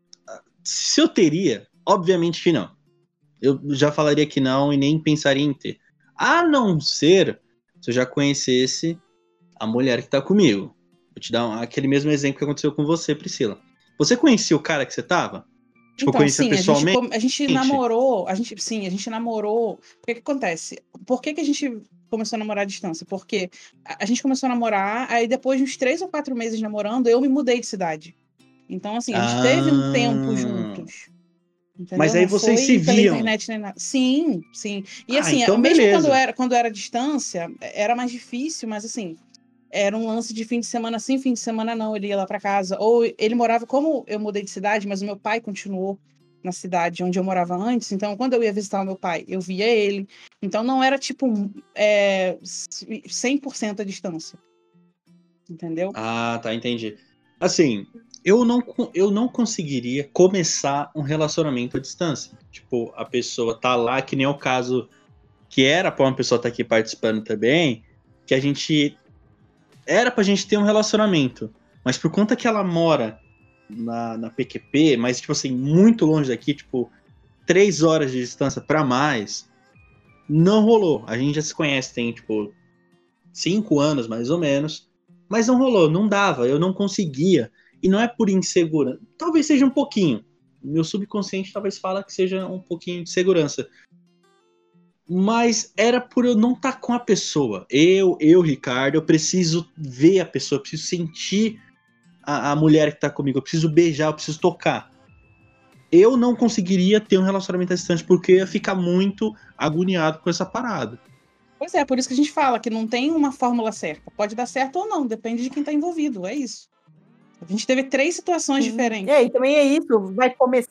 Se eu teria, obviamente que não. Eu já falaria que não e nem pensaria em ter. A não ser se eu já conhecesse a mulher que tá comigo. Vou te dar aquele mesmo exemplo que aconteceu com você, Priscila. Você conhecia o cara que você tava? Tipo, então, conhecia sim, pessoalmente? a gente namorou, a gente namorou. O que acontece? Por que a gente começou a namorar à distância? Porque a gente começou a namorar, aí depois de uns 3 ou 4 meses namorando, eu me mudei de cidade. Então, assim, a gente teve um tempo juntos. Entendeu? Mas aí não vocês foi se pela viam. internet nem nada. Sim, sim. E assim, então mesmo beleza. quando era distância, era mais difícil, mas assim, era um lance de fim de semana sim, fim de semana não, ele ia lá para casa. Ou ele morava, como eu mudei de cidade, mas o meu pai continuou na cidade onde eu morava antes, então quando eu ia visitar o meu pai, eu via ele. Então não era tipo 100% a distância. Entendeu? Ah, tá, entendi. Assim, eu não conseguiria começar um relacionamento à distância. Tipo, a pessoa tá lá, que nem o caso que era pra uma pessoa estar aqui participando também, que a gente era pra gente ter um relacionamento, mas por conta que ela mora na PQP, mas tipo assim, muito longe daqui, tipo 3 horas de distância pra mais, não rolou. A gente já se conhece, tem tipo 5 anos mais ou menos, mas não rolou, não dava, eu não conseguia. E não é por insegurança, talvez seja um pouquinho. Meu subconsciente talvez fala que seja um pouquinho de segurança. Mas era por eu não estar com a pessoa. Ricardo, eu preciso ver a pessoa, eu preciso sentir a mulher que tá comigo, eu preciso beijar, eu preciso tocar. Eu não conseguiria ter um relacionamento à distância porque eu ia ficar muito agoniado com essa parada. Pois é, por isso que a gente fala que não tem uma fórmula certa. Pode dar certo ou não, depende de quem está envolvido, é isso. A gente teve 3 situações diferentes. E também é isso, vai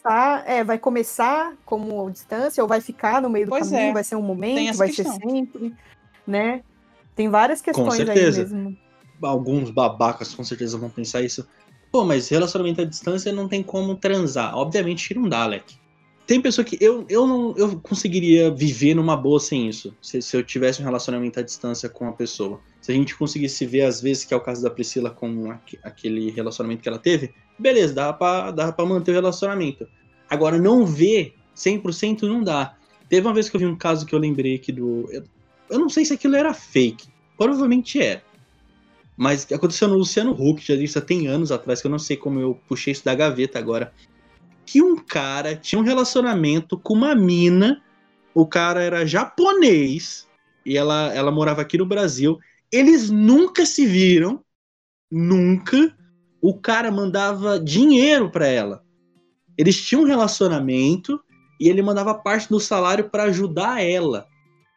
começar como distância ou vai ficar no meio do caminho, vai ser um momento, vai ser sempre, né? Tem várias questões aí mesmo. Alguns babacas com certeza vão pensar isso. Pô, mas relacionamento à distância não tem como transar. Obviamente que não dá, Alec. Tem pessoa que eu conseguiria viver numa boa sem isso. Se eu tivesse um relacionamento à distância com a pessoa. Se a gente conseguisse ver, às vezes, que é o caso da Priscila com aquele relacionamento que ela teve, beleza, dá pra manter o relacionamento. Agora, não ver 100% não dá. Teve uma vez que eu vi um caso que eu lembrei aqui do... Eu não sei se aquilo era fake. Provavelmente era. Mas aconteceu no Luciano Huck, já tem anos atrás, que eu não sei como eu puxei isso da gaveta agora. Que um cara tinha um relacionamento com uma mina, o cara era japonês, e ela morava aqui no Brasil. Eles nunca se viram, nunca. O cara mandava dinheiro pra ela. Eles tinham um relacionamento e ele mandava parte do salário pra ajudar ela.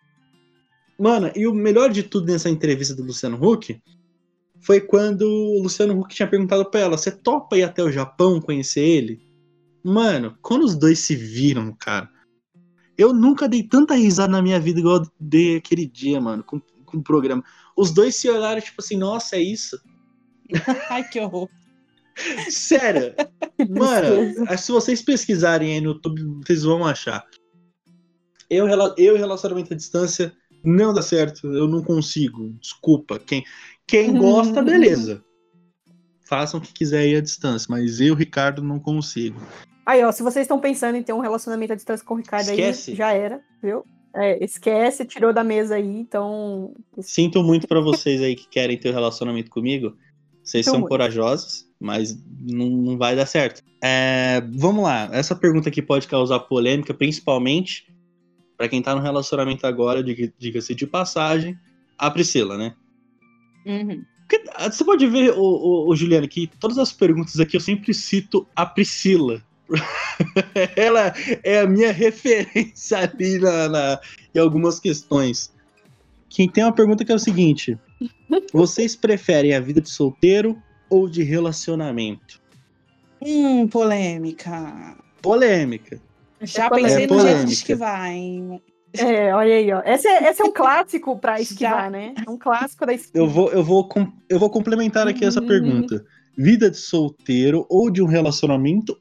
Mano, e o melhor de tudo nessa entrevista do Luciano Huck foi quando o Luciano Huck tinha perguntado pra ela: você topa ir até o Japão conhecer ele? Mano, quando os dois se viram, cara, eu nunca dei tanta risada na minha vida igual eu dei aquele dia, mano, com o programa. Os dois se olharam, tipo assim, nossa, é isso? Ai, que horror. Sério. Mano, se vocês pesquisarem aí no YouTube, vocês vão achar. Eu relacionamento à distância não dá certo, eu não consigo. Desculpa. Quem gosta, beleza. Façam o que quiser aí à distância, mas eu, Ricardo, não consigo. Aí, ó, se vocês estão pensando em ter um relacionamento à distância com o Ricardo, esquece. Aí, já era, viu? Esquece, tirou da mesa aí, então. Sinto muito pra vocês aí que querem ter um relacionamento comigo. Vocês Sinto são muito. corajosos, mas não vai dar certo. Vamos lá. Essa pergunta aqui pode causar polêmica, principalmente pra quem tá no relacionamento agora, diga-se de passagem, a Priscila, né? Uhum. Porque você pode ver, o Juliano, que todas as perguntas aqui eu sempre cito a Priscila. Ela é a minha referência ali em algumas questões. Quem tem uma pergunta que é o seguinte: vocês preferem a vida de solteiro ou de relacionamento? Polêmica. Polêmica. Já polêmica. pensei É no jeito de polêmica. esquivar, hein? Olha aí, ó. Esse é um clássico pra esquivar, Já. né? É um clássico da esquiva. Eu vou complementar aqui essa pergunta. Vida de solteiro ou de um relacionamento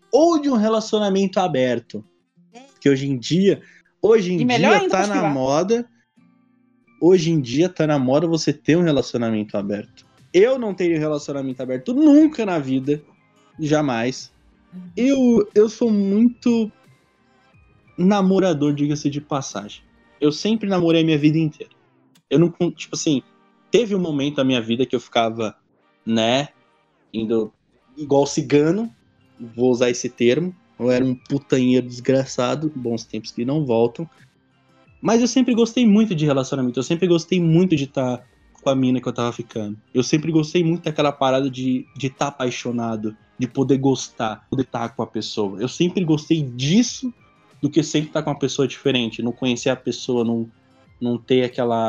aberto? Porque hoje em dia E melhor ainda pra tá na esquivar. moda. Hoje em dia tá na moda você ter um relacionamento aberto. Eu não teria um relacionamento aberto nunca na vida. Jamais. Eu sou muito namorador, diga-se de passagem. Eu sempre namorei a minha vida inteira. Eu não, tipo assim, teve um momento da minha vida que eu ficava, né, indo igual cigano, vou usar esse termo. Eu era um putanheiro desgraçado, bons tempos que não voltam. Mas eu sempre gostei muito de relacionamento, eu sempre gostei muito de estar com a mina que eu tava ficando. Eu sempre gostei muito daquela parada de estar apaixonado, de poder gostar, poder estar com a pessoa. Eu sempre gostei disso do que sempre estar com uma pessoa diferente, não conhecer a pessoa, não ter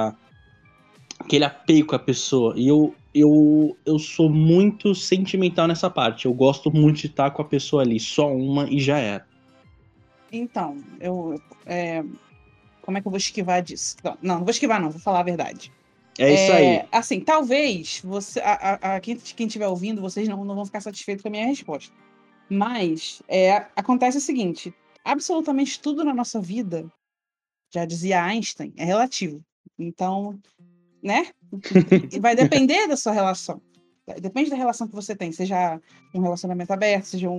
aquele apego com a pessoa. E eu sou muito sentimental nessa parte. Eu gosto muito de estar com a pessoa ali, só uma e já era. Então, como é que eu vou esquivar disso? Não vou esquivar, não, vou falar a verdade. É isso aí. Assim, talvez você, quem estiver ouvindo, vocês não vão ficar satisfeitos com a minha resposta. Mas acontece o seguinte: absolutamente tudo na nossa vida, já dizia Einstein, é relativo. Então, né? Vai depender da sua relação. Depende da relação que você tem, seja um relacionamento aberto, seja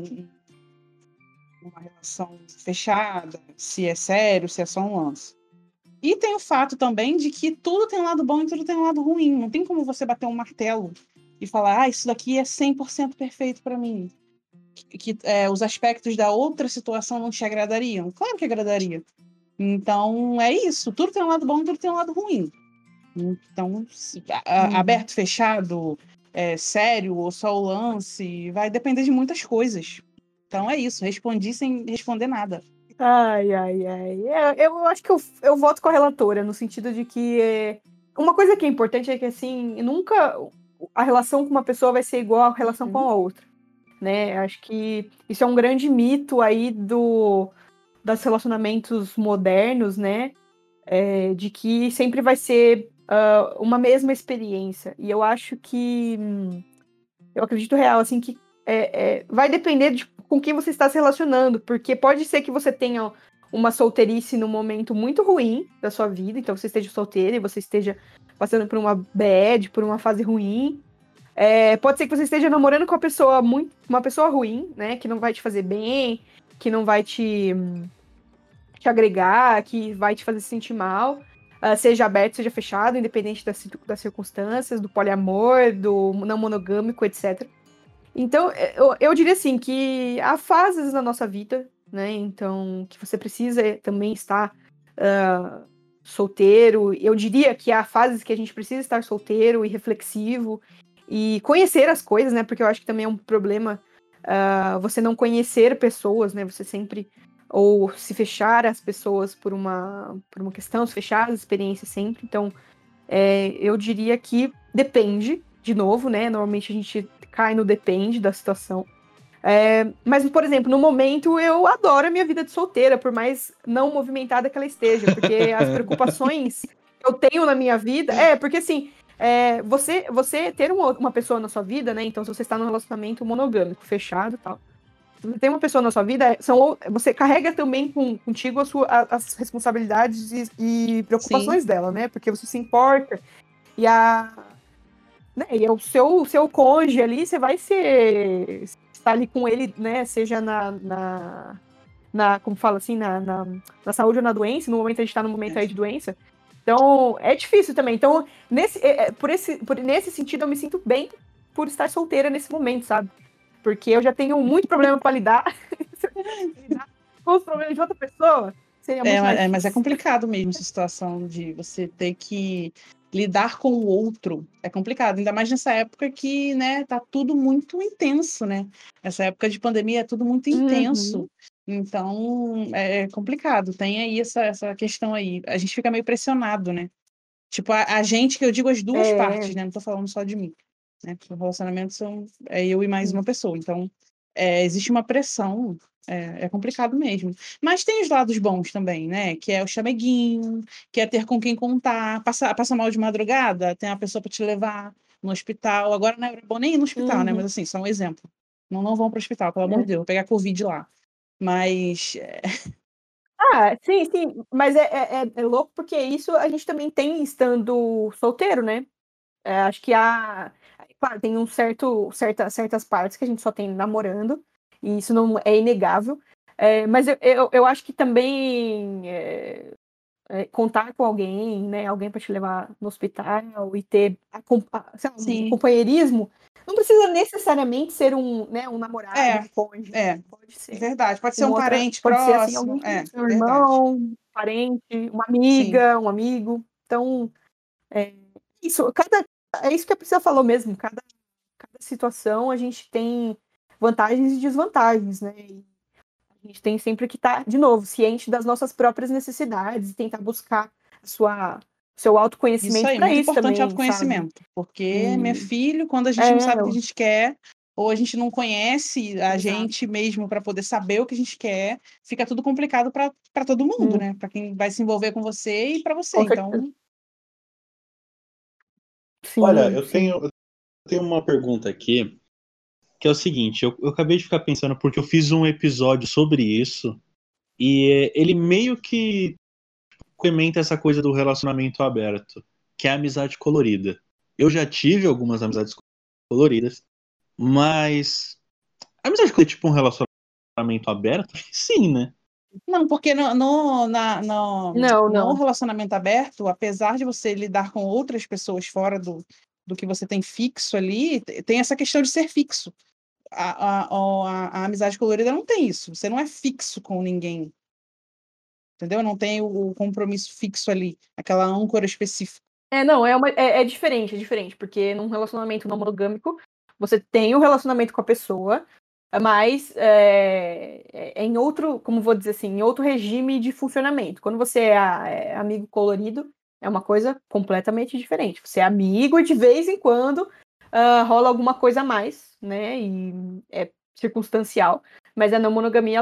uma relação fechada, se é sério, se é só um lance. E tem o fato também de que tudo tem um lado bom e tudo tem um lado ruim. Não tem como você bater um martelo e falar, isso daqui é 100% perfeito para mim. Que os aspectos da outra situação não te agradariam. Claro que agradaria. Então, é isso. Tudo tem um lado bom e tudo tem um lado ruim. Então, aberto, fechado, sério ou só o lance, vai depender de muitas coisas. Então, é isso. Respondi sem responder nada. Ai. Eu acho que eu voto com a relatora, no sentido de que uma coisa que é importante é que, assim, nunca a relação com uma pessoa vai ser igual a relação com a outra, né? Acho que isso é um grande mito aí dos relacionamentos modernos, né? De que sempre vai ser uma mesma experiência. E eu acho que eu acredito real, assim, que vai depender de com quem você está se relacionando, porque pode ser que você tenha uma solteirice num momento muito ruim da sua vida, então você esteja solteira e você esteja passando por uma bad, por uma fase ruim. Pode ser que você esteja namorando com uma pessoa ruim, né, que não vai te fazer bem, que não vai te agregar, que vai te fazer se sentir mal, seja aberto, seja fechado, independente das circunstâncias, do poliamor, do não monogâmico, etc. Então, eu diria assim, que há fases na nossa vida, né? Então, que você precisa também estar solteiro. Eu diria que há fases que a gente precisa estar solteiro e reflexivo e conhecer as coisas, né? Porque eu acho que também é um problema você não conhecer pessoas, né? Você sempre ou se fechar as pessoas por uma questão, se fechar as experiências sempre. Então, eu diria que depende, de novo, né? Normalmente a gente cai no depende da situação. Mas, por exemplo, no momento eu adoro a minha vida de solteira, por mais não movimentada que ela esteja, porque as preocupações que eu tenho na minha vida... porque assim, você ter uma pessoa na sua vida, né? Então, se você está num relacionamento monogâmico, fechado e tal, se você tem uma pessoa na sua vida, você carrega também contigo as responsabilidades e preocupações dela, né? Porque você se importa e e o seu cônjuge ali, você vai estar ali com ele, né? Seja como fala assim, na saúde ou na doença, no momento a gente tá no momento aí de doença. Então, é difícil também. Então, nesse sentido, eu me sinto bem por estar solteira nesse momento, sabe? Porque eu já tenho muito problema pra lidar. Lidar com os problemas de outra pessoa seria muito mais Mas é difícil. complicado mesmo essa situação de você ter que lidar com o outro. É complicado, ainda mais nessa época que, né, tá tudo muito intenso, né? Essa época de pandemia é tudo muito intenso. Uhum. Então, é complicado. Tem aí essa questão aí. A gente fica meio pressionado, né? Tipo, a gente, que eu digo as duas É, partes, né? Não tô falando só de mim, né? Porque o relacionamento é eu e mais sim. uma pessoa. Então, existe uma pressão, é complicado mesmo. Mas tem os lados bons também, né? Que é o chameguinho, que é ter com quem contar, passa mal de madrugada, tem uma pessoa para te levar no hospital. Agora não é bom nem ir no hospital, né? Uhum. Mas assim, só um exemplo. Não vão para o hospital, pelo amor de É. Deus, vou pegar Covid lá. Mas, Ah, sim, sim. Mas é louco porque isso a gente também tem estando solteiro, né? Acho que claro, tem certas partes que a gente só tem namorando, e isso não é inegável. Mas eu acho que também contar com alguém, né? Alguém para te levar no hospital e ter sei lá, um sim, companheirismo, não precisa necessariamente ser um namorado, é, um cônjuge, né? é, Pode ser verdade. Pode ser com um outra, parente pode ser assim, alguém próximo, que seu verdade. irmão, um parente, uma Sim. amiga, um amigo. Então, é, isso, é isso que a Priscila falou mesmo, cada situação a gente tem vantagens e desvantagens, né? E a gente tem sempre que estar, de novo, ciente das nossas próprias necessidades e tentar buscar seu Isso autoconhecimento aí, para muito isso importante também, sabe? autoconhecimento, porque, meu E filho, quando a gente não é, sabe o que a gente quer, ou a gente não conhece a exato. gente mesmo para poder saber o que a gente quer, fica tudo complicado para todo mundo, né? Para quem vai se envolver com você e para você. Com certeza. Então, Olha, Sim, sim. eu tenho uma pergunta aqui, que é o seguinte, eu acabei de ficar pensando porque eu fiz um episódio sobre isso, e ele meio que comenta essa coisa do relacionamento aberto, que é a amizade colorida. Eu já tive algumas amizades coloridas, mas a amizade colorida é tipo um relacionamento aberto? Sim, né? não, porque Não, no não. relacionamento aberto, apesar de você lidar com outras pessoas fora do que você tem fixo ali, tem essa questão de ser fixo. A amizade colorida não tem isso. Você não é fixo com ninguém, entendeu? Não tem o compromisso fixo ali, aquela âncora específica. Não, é diferente, porque num relacionamento não monogâmico, você tem o relacionamento com a pessoa, mas é em outro, como vou dizer assim, em outro regime de funcionamento. Quando você é amigo colorido, é uma coisa completamente diferente. Você é amigo e de vez em quando rola alguma coisa a mais, né? E é circunstancial. Mas a não monogamia,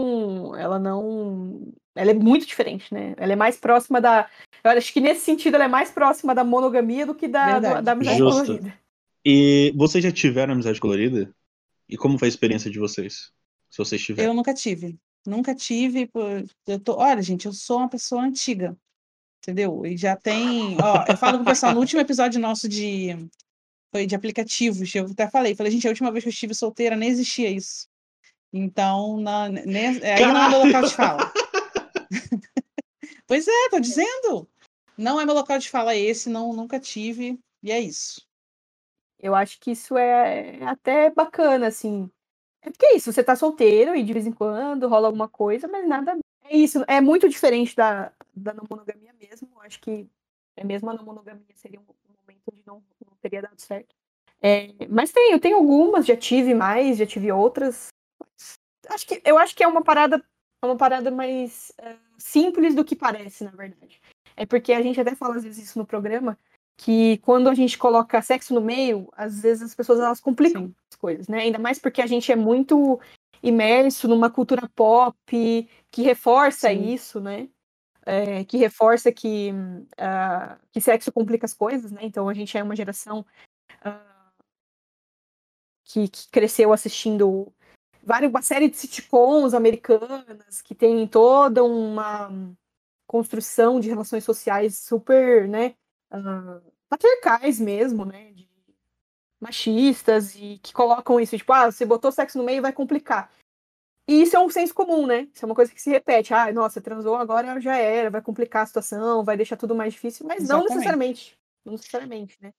ela é muito diferente, né? Ela é mais próxima eu acho que nesse sentido ela é mais próxima da monogamia do que da Verdade, amizade concordo. Justo. colorida. E vocês já tiveram amizade colorida? E como foi a experiência de vocês? Se vocês Eu tiveram. nunca tive. Nunca tive. Olha, gente, eu sou uma pessoa antiga, entendeu? E já tem. Ó, eu falo com o pessoal no último episódio nosso foi de aplicativos. Eu até falei, gente, a última vez que eu estive solteira nem existia isso. Então, aí não é meu local de Caralho! fala. Pois é, tô dizendo. Não é meu local de fala esse, não, nunca tive, e é isso. Eu acho que isso é até bacana, assim. É porque é isso, você tá solteiro e de vez em quando rola alguma coisa, mas nada. É isso, é muito diferente da não monogamia mesmo. Eu acho que mesmo a não monogamia seria um momento onde não teria dado certo. Mas eu tenho algumas, já tive mais, já tive outras. Eu acho que é uma parada mais simples do que parece, na verdade. É porque a gente até fala às vezes isso no programa, que quando a gente coloca sexo no meio, às vezes as pessoas elas complicam Sim, as coisas, né? Ainda mais porque a gente é muito imerso numa cultura pop que reforça sim. isso, né? Que reforça que sexo complica as coisas, né? Então a gente é uma geração que cresceu assistindo uma série de sitcoms americanas que tem toda uma construção de relações sociais super, né, patriarcais mesmo, né, machistas e que colocam isso, tipo, você botou sexo no meio vai complicar. E isso é um senso comum, né? Isso é uma coisa que se repete. Ah, nossa, transou, agora já era, vai complicar a situação, vai deixar tudo mais difícil, mas não Exatamente. necessariamente. Não necessariamente, né?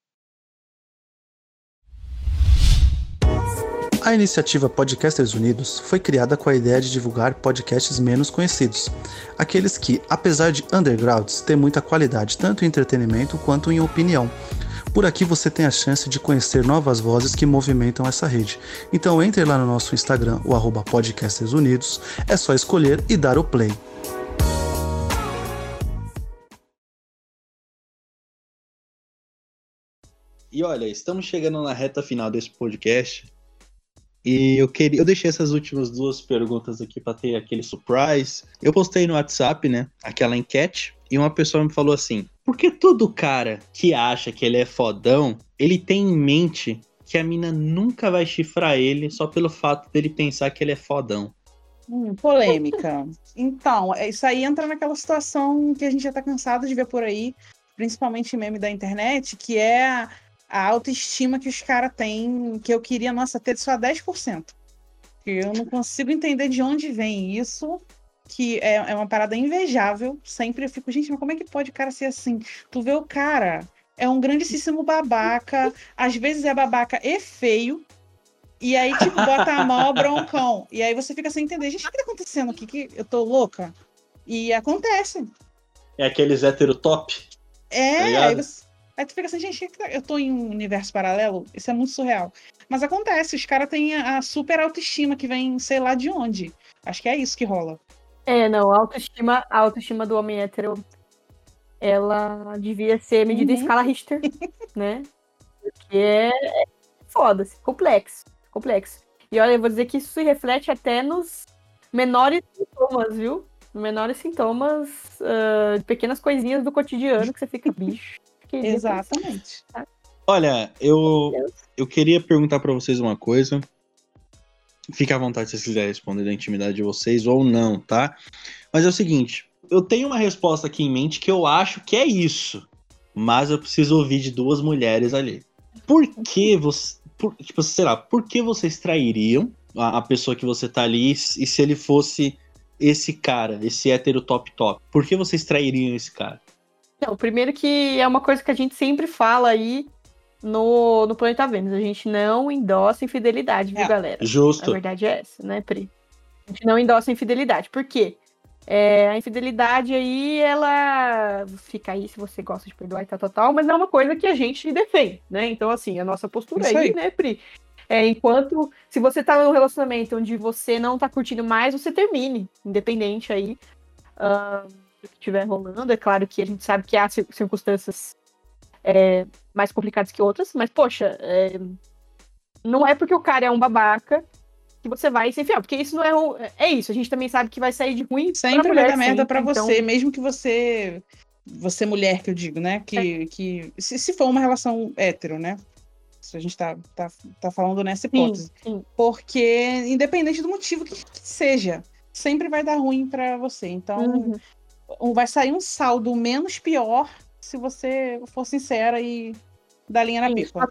A iniciativa Podcasters Unidos foi criada com a ideia de divulgar podcasts menos conhecidos, aqueles que, apesar de undergrounds, têm muita qualidade tanto em entretenimento quanto em opinião. Por aqui você tem a chance de conhecer novas vozes que movimentam essa rede. Então entre lá no nosso Instagram, o @podcastersunidos, é só escolher e dar o play. E olha, estamos chegando na reta final desse podcast. E eu deixei essas últimas 2 perguntas aqui para ter aquele surprise. Eu postei no WhatsApp, né, aquela enquete, e uma pessoa me falou assim: por que todo cara que acha que ele é fodão, ele tem em mente que a mina nunca vai chifrar ele só pelo fato dele pensar que ele é fodão? Polêmica. Então, isso aí entra naquela situação que a gente já tá cansado de ver por aí, principalmente meme da internet, que é a autoestima que os caras têm, que eu queria, nossa, ter só 10%. Que eu não consigo entender de onde vem isso, que é uma parada invejável. Sempre eu fico, gente, mas como é que pode o cara ser assim? Tu vê o cara, é um grandíssimo babaca, às vezes é babaca e feio, e aí, tipo, bota a mão broncão. E aí você fica sem entender, gente, o que tá acontecendo aqui? Que eu tô louca? E acontece. É aqueles hétero top? Aí tu fica assim, gente, eu tô em um universo paralelo? Isso é muito surreal. Mas acontece, os caras têm a super autoestima que vem sei lá de onde. Acho que é isso que rola. Não, a autoestima do homem hétero, ela devia ser medida em escala Richter, né? Porque é foda, complexo. E olha, eu vou dizer que isso se reflete até nos menores sintomas, viu? Nos menores sintomas, de pequenas coisinhas do cotidiano que você fica, bicho. Exatamente. Olha, eu queria perguntar pra vocês uma coisa. Fique à vontade se vocês quiserem responder da intimidade de vocês ou não, tá? Mas é o seguinte, eu tenho uma resposta aqui em mente que eu acho que é isso, mas eu preciso ouvir de 2 mulheres ali. Por que por que vocês trairiam a pessoa que você tá ali, e se ele fosse esse cara, esse hétero top? Por que vocês trairiam esse cara? Não, primeiro que é uma coisa que a gente sempre fala aí no Planeta Vênus. A gente não endossa infidelidade, viu, galera? Justo. A verdade é essa, né, Pri? A gente não endossa infidelidade. Por quê? A infidelidade aí, ela fica aí se você gosta de perdoar e tal, mas é uma coisa que a gente defende, né? Então, assim, a nossa postura aí, né, Pri? Enquanto, se você tá num relacionamento onde você não tá curtindo mais, você termine, independente aí do que estiver rolando. É claro que a gente sabe que há circunstâncias mais complicadas que outras, mas, poxa, não é porque o cara é um babaca que você vai ser fiel, porque isso não é isso, a gente também sabe que vai sair de ruim sempre pra mulher, vai dar merda sempre, pra você, mesmo que você mulher, que eu digo, né, que se for uma relação hétero, né, se a gente tá falando nessa hipótese, sim. Porque independente do motivo que seja, sempre vai dar ruim pra você, então vai sair um saldo menos pior se você for sincera e dar linha na pipa.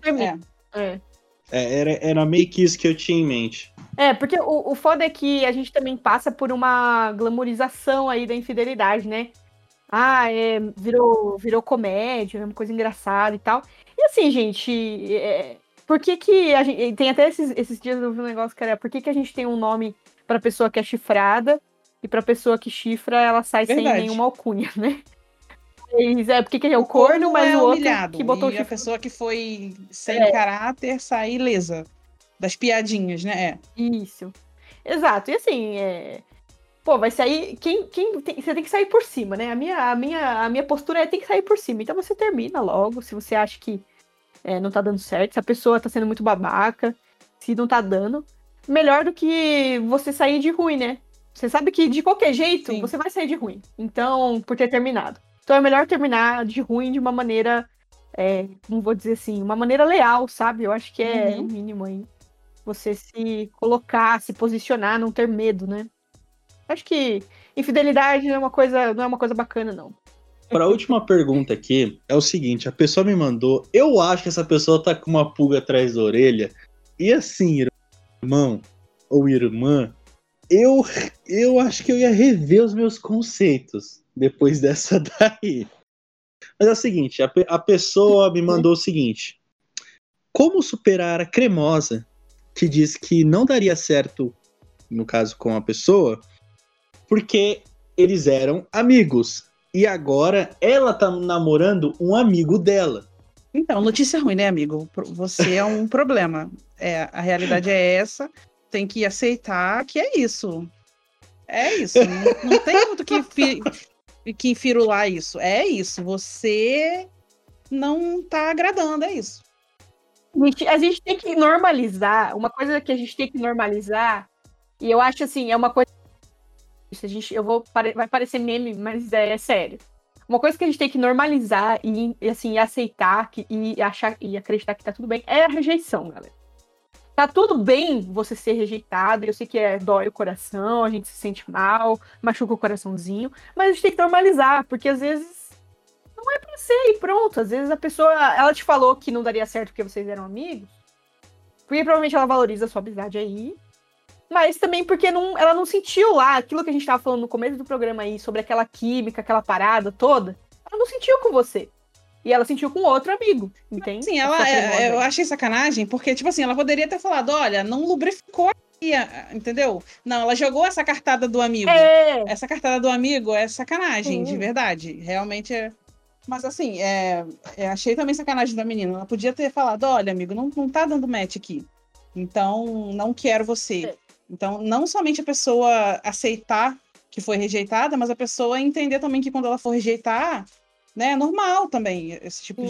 Era meio que isso que eu tinha em mente. Porque o foda é que a gente também passa por uma glamorização aí da infidelidade, né? Virou comédia, é uma coisa engraçada e tal. E assim, gente, por que a gente... Tem até esses dias eu vi um negócio que era, por que a gente tem um nome pra pessoa que é chifrada e pra pessoa que chifra, ela sai sem nenhuma alcunha, né? Porque é o corno, mas o outro humilhado, que botou e a pessoa que foi sem caráter sai ilesa das piadinhas, né? Isso. Exato. E assim, vai sair... você tem que sair por cima, né? A minha postura tem que sair por cima. Então você termina logo, se você acha que não tá dando certo, se a pessoa tá sendo muito babaca, se não tá dando. Melhor do que você sair de ruim, né? Você sabe que de qualquer jeito você vai sair de ruim. Então, por ter terminado. Então é melhor terminar de ruim de uma maneira, como vou dizer assim, uma maneira leal, sabe? Eu acho que é o mínimo aí. Você se colocar, se posicionar, não ter medo, né? Acho que infidelidade não é uma coisa bacana, não. Para a última pergunta aqui, é o seguinte, a pessoa me mandou, eu acho que essa pessoa tá com uma pulga atrás da orelha, e assim, irmão ou irmã, Eu acho que eu ia rever os meus conceitos depois dessa daí. Mas é o seguinte, a pessoa me mandou o seguinte: como superar a cremosa que diz que não daria certo, no caso com a pessoa, porque eles eram amigos. E agora ela tá namorando um amigo dela. Então, notícia ruim, né, amigo? Você é um problema. A realidade é essa. Tem que aceitar que é isso. É isso. Não tem muito que enfirular isso. É isso. Você não tá agradando, é isso. A gente tem que normalizar. Uma coisa que a gente tem que normalizar, e eu acho assim, é uma coisa. Vai parecer meme, mas é sério. Uma coisa que a gente tem que normalizar e assim, aceitar e achar e acreditar que tá tudo bem é a rejeição, galera. Tá tudo bem você ser rejeitado, eu sei que dói o coração, a gente se sente mal, machuca o coraçãozinho, mas a gente tem que normalizar, porque às vezes não é pra ser e pronto. Às vezes a pessoa, ela te falou que não daria certo porque vocês eram amigos, porque provavelmente ela valoriza a sua amizade aí, mas também porque ela não sentiu lá aquilo que a gente tava falando no começo do programa aí, sobre aquela química, aquela parada toda, ela não sentiu com você. E ela sentiu com outro amigo, entende? Sim, eu achei sacanagem, porque, tipo assim, ela poderia ter falado, olha, não lubrificou aqui, entendeu? Não, ela jogou essa cartada do amigo. Essa cartada do amigo é sacanagem, de verdade. Realmente é... Mas, assim, achei também sacanagem da menina. Ela podia ter falado, olha, amigo, não tá dando match aqui. Então, não quero você. Então, não somente a pessoa aceitar que foi rejeitada, mas a pessoa entender também que quando ela for rejeitar... Né? É normal também esse tipo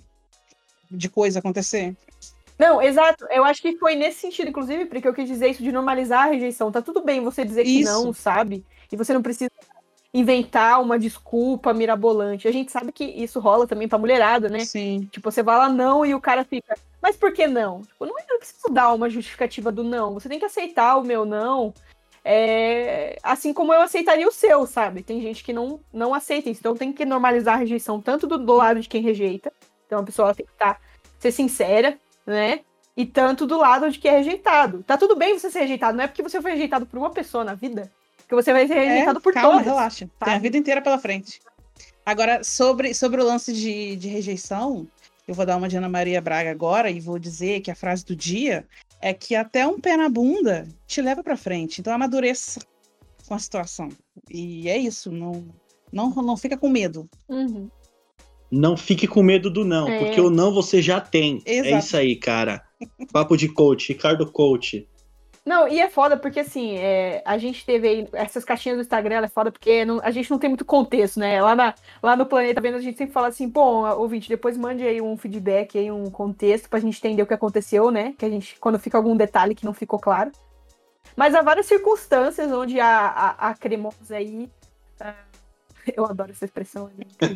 de coisa acontecer. Não, exato. Eu acho que foi nesse sentido, inclusive, porque eu quis dizer isso de normalizar a rejeição. Tá tudo bem você dizer que não, sabe? E você não precisa inventar uma desculpa mirabolante. A gente sabe que isso rola também pra mulherada, né? Sim. Tipo, você fala não e o cara fica, mas por que não? Tipo, não precisa dar uma justificativa do não. Você tem que aceitar o meu não. Assim como eu aceitaria o seu, sabe? Tem gente que não aceita isso, então tem que normalizar a rejeição tanto do lado de quem rejeita, então a pessoa tem que ser sincera, né? E tanto do lado de quem é rejeitado. Tá tudo bem você ser rejeitado, não é porque você foi rejeitado por uma pessoa na vida que você vai ser rejeitado por calma, todas. Relaxa, sabe? Tem a vida inteira pela frente. Agora, sobre o lance de rejeição, eu vou dar uma de Ana Maria Braga agora e vou dizer que a frase do dia é que até um pé na bunda te leva pra frente. Então amadureça com a situação. E é isso, não fica com medo. Uhum. Não fique com medo do não, porque o não você já tem. Exato. É isso aí, cara. Papo de coach, Ricardo Coach. Não, e é foda porque, assim, a gente teve aí, essas caixinhas do Instagram, ela é foda porque a gente não tem muito contexto, né? Lá no Planeta Vênus a gente sempre fala assim, pô, ouvinte, depois mande aí um feedback, aí um contexto pra gente entender o que aconteceu, né? Que a gente, quando fica algum detalhe que não ficou claro. Mas há várias circunstâncias onde a cremosa aí, eu adoro essa expressão,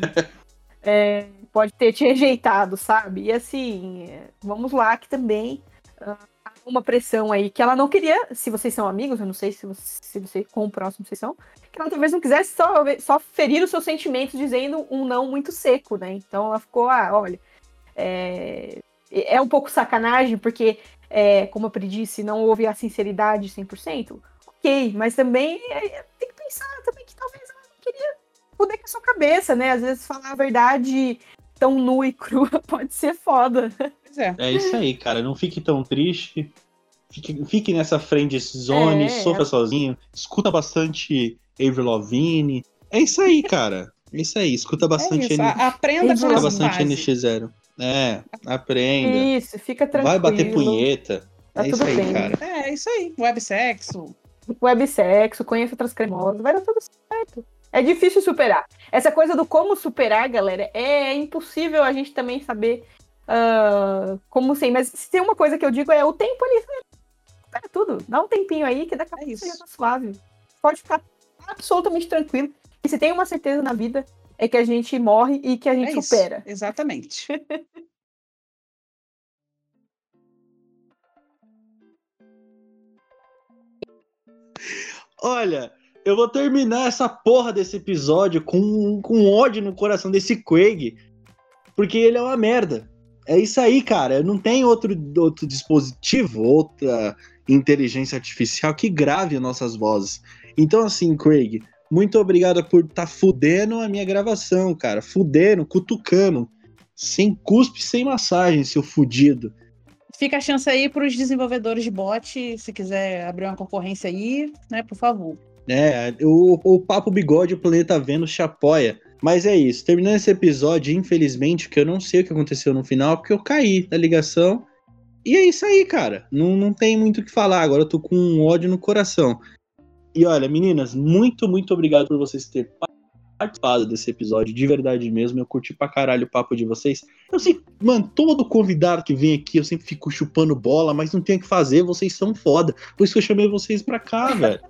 pode ter te rejeitado, sabe? E assim, vamos lá que também... uma pressão aí que ela não queria, se vocês são amigos, eu não sei se você quão próximo vocês são, que ela talvez não quisesse só ferir os seus sentimentos dizendo um não muito seco, né? Então ela ficou, olha, é um pouco sacanagem, porque, como eu disse, não houve a sinceridade 100%, ok, mas também tem que pensar também que talvez ela não queria foder com a sua cabeça, né? Às vezes falar a verdade tão nua e crua pode ser foda. É isso aí, cara. Não fique tão triste. Fique nessa friend zone, sofra sozinho. Escuta bastante Avril Lavigne. É isso aí, cara. É isso aí. Escuta bastante aprenda com escuta as bastante bases. NX0. Aprenda. Isso, fica tranquilo. Vai bater punheta. Tá isso tudo aí, bem. cara. É isso aí. Websexo, conheça outras cremosas, vai dar tudo certo. É difícil superar. Essa coisa do como superar, galera, é impossível a gente também saber como sei. Mas se tem uma coisa que eu digo o tempo ali. Supera tudo. Dá um tempinho aí que daqui a pouco você já tá suave. Pode ficar absolutamente tranquilo. E se tem uma certeza na vida, é que a gente morre e que a gente supera. Isso, exatamente. Olha, eu vou terminar essa porra desse episódio com ódio no coração desse Craig, porque ele é uma merda. É isso aí, cara. Não tem outro dispositivo, outra inteligência artificial que grave as nossas vozes. Então, assim, Craig, muito obrigado por estar fudendo a minha gravação, cara. Fudendo, cutucando. Sem cuspe, sem massagem, seu fudido. Fica a chance aí para os desenvolvedores de bot, se quiser abrir uma concorrência aí, né, por favor. O Papo Bigode, o Planeta Vênus te apoia. Mas é isso, terminando esse episódio, infelizmente, que eu não sei o que aconteceu no final, porque eu caí da ligação. E é isso aí, cara. Não tem muito o que falar, agora eu tô com um ódio no coração. E olha, meninas, muito, muito obrigado por vocês terem participado desse episódio, de verdade mesmo. Eu curti pra caralho o papo de vocês. Eu sei, mano, todo convidado que vem aqui, eu sempre fico chupando bola, mas não tem o que fazer, vocês são foda. Por isso que eu chamei vocês pra cá, velho.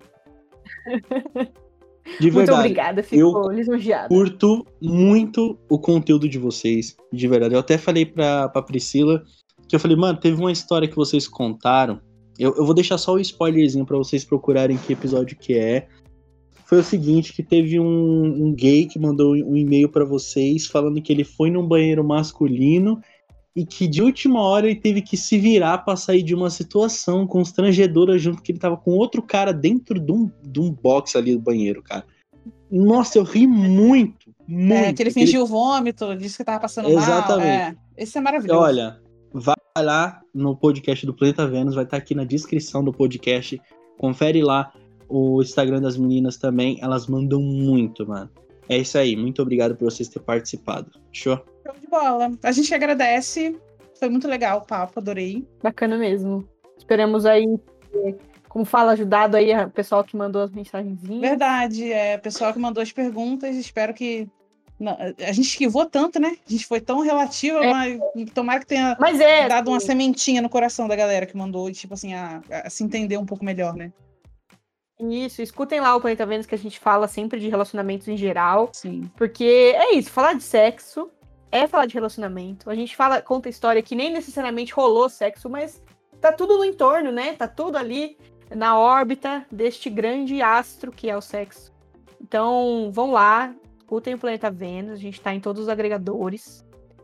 De verdade. Muito obrigada, fico lisonjeada. Curto muito o conteúdo de vocês, de verdade. Eu até falei pra Priscila, que eu falei, mano, teve uma história que vocês contaram. Eu vou deixar só o spoilerzinho pra vocês procurarem que episódio que é. Foi o seguinte, que teve um gay que mandou um e-mail pra vocês falando que ele foi num banheiro masculino e que de última hora ele teve que se virar pra sair de uma situação constrangedora junto que ele tava com outro cara dentro de um box ali do banheiro, cara. Nossa, eu ri muito. Que ele fingiu vômito, disse que tava passando Exatamente. mal. Esse é maravilhoso. Olha, vai lá no podcast do Planeta Vênus, vai estar aqui na descrição do podcast. Confere lá o Instagram das meninas também, elas mandam muito, mano. É isso aí, muito obrigado por vocês terem participado. Show? Show de bola. A gente agradece, foi muito legal o papo, adorei. Bacana mesmo. Esperamos aí, como fala, ajudado aí o pessoal que mandou as mensagenzinhas. Verdade, o pessoal que mandou as perguntas, espero que... Não, a gente esquivou tanto, né? A gente foi tão relativa, mas tomara que tenha dado uma sementinha no coração da galera que mandou, tipo assim, a se entender um pouco melhor, né? Isso, escutem lá o Planeta Vênus, que a gente fala sempre de relacionamentos em geral. Sim. Porque é isso, falar de sexo é falar de relacionamento. A gente conta história que nem necessariamente rolou sexo, mas tá tudo no entorno, né? Tá tudo ali na órbita deste grande astro que é o sexo. Então, vão lá, escutem o Planeta Vênus, a gente tá em todos os agregadores.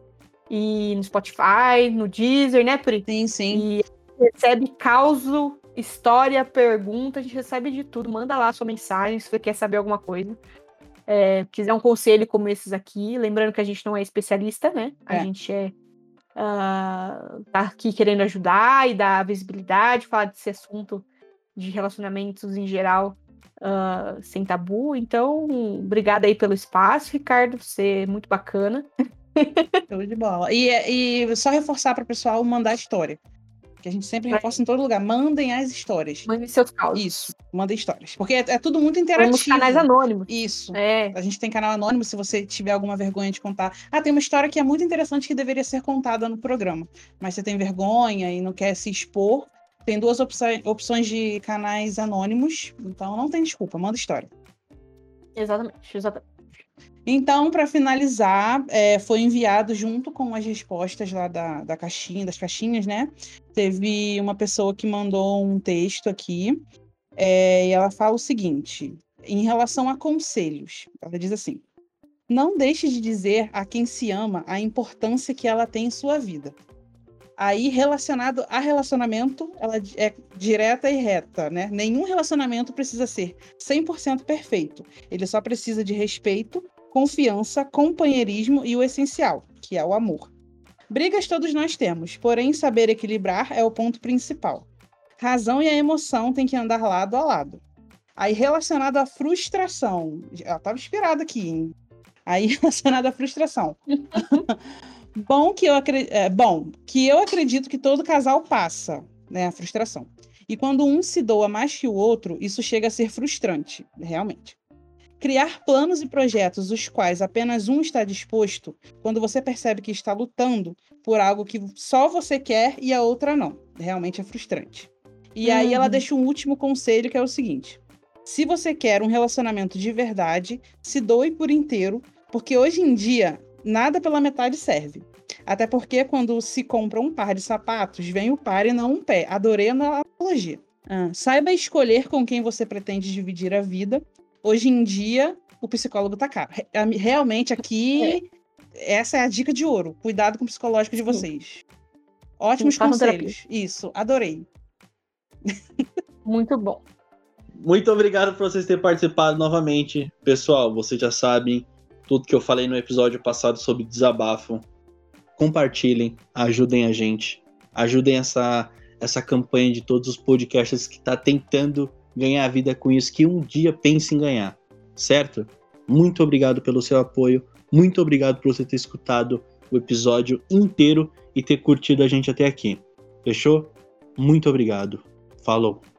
E no Spotify, no Deezer, né, Pri? Sim, sim. E recebe causo, história, pergunta, a gente recebe de tudo. Manda lá sua mensagem se você quer saber alguma coisa. Quiser um conselho como esses aqui, lembrando que a gente não é especialista, né? A gente tá aqui querendo ajudar e dar visibilidade, falar desse assunto de relacionamentos em geral sem tabu. Então, obrigada aí pelo espaço, Ricardo, você é muito bacana. Show de bola. E só reforçar para o pessoal mandar história. Que a gente sempre reforça em todo lugar. Mandem as histórias. Mandem seus causos. Isso, mandem histórias. Porque é tudo muito interativo. Temos canais anônimos. Isso. A gente tem canal anônimo, se você tiver alguma vergonha de contar. Tem uma história que é muito interessante que deveria ser contada no programa. Mas você tem vergonha e não quer se expor. Tem 2 opções de canais anônimos. Então não tem desculpa, manda história. Exatamente. Então, para finalizar, foi enviado junto com as respostas lá das caixinhas, né? Teve uma pessoa que mandou um texto aqui, e ela fala o seguinte, em relação a conselhos. Ela diz assim, não deixe de dizer a quem se ama a importância que ela tem em sua vida. Aí, relacionado a relacionamento, ela é direta e reta, né? Nenhum relacionamento precisa ser 100% perfeito. Ele só precisa de respeito, confiança, companheirismo e o essencial, que é o amor. Brigas todos nós temos, porém saber equilibrar é o ponto principal. Razão e a emoção têm que andar lado a lado. Aí relacionado à frustração, ela estava inspirada aqui, hein? Aí relacionado à frustração. Bom, que eu acredito que todo casal passa, né, a frustração. E quando um se doa mais que o outro, isso chega a ser frustrante, realmente. Criar planos e projetos os quais apenas um está disposto, quando você percebe que está lutando por algo que só você quer e a outra não. Realmente é frustrante. E aí ela deixa um último conselho, que é o seguinte. Se você quer um relacionamento de verdade, se doe por inteiro, porque hoje em dia, nada pela metade serve. Até porque quando se compra um par de sapatos, vem o par e não um pé. Adorei a analogia. Saiba escolher com quem você pretende dividir a vida. Hoje em dia, o psicólogo tá caro. Realmente, aqui, essa é a dica de ouro. Cuidado com o psicológico de vocês. Ótimos conselhos. Isso, adorei. Muito bom. Muito obrigado por vocês terem participado novamente. Pessoal, vocês já sabem tudo que eu falei no episódio passado sobre desabafo. Compartilhem, ajudem a gente. Ajudem essa campanha de todos os podcasts que tá tentando ganhar a vida com isso, que um dia pense em ganhar, certo? Muito obrigado pelo seu apoio. Muito obrigado por você ter escutado o episódio inteiro e ter curtido a gente até aqui. Fechou? Muito obrigado. Falou!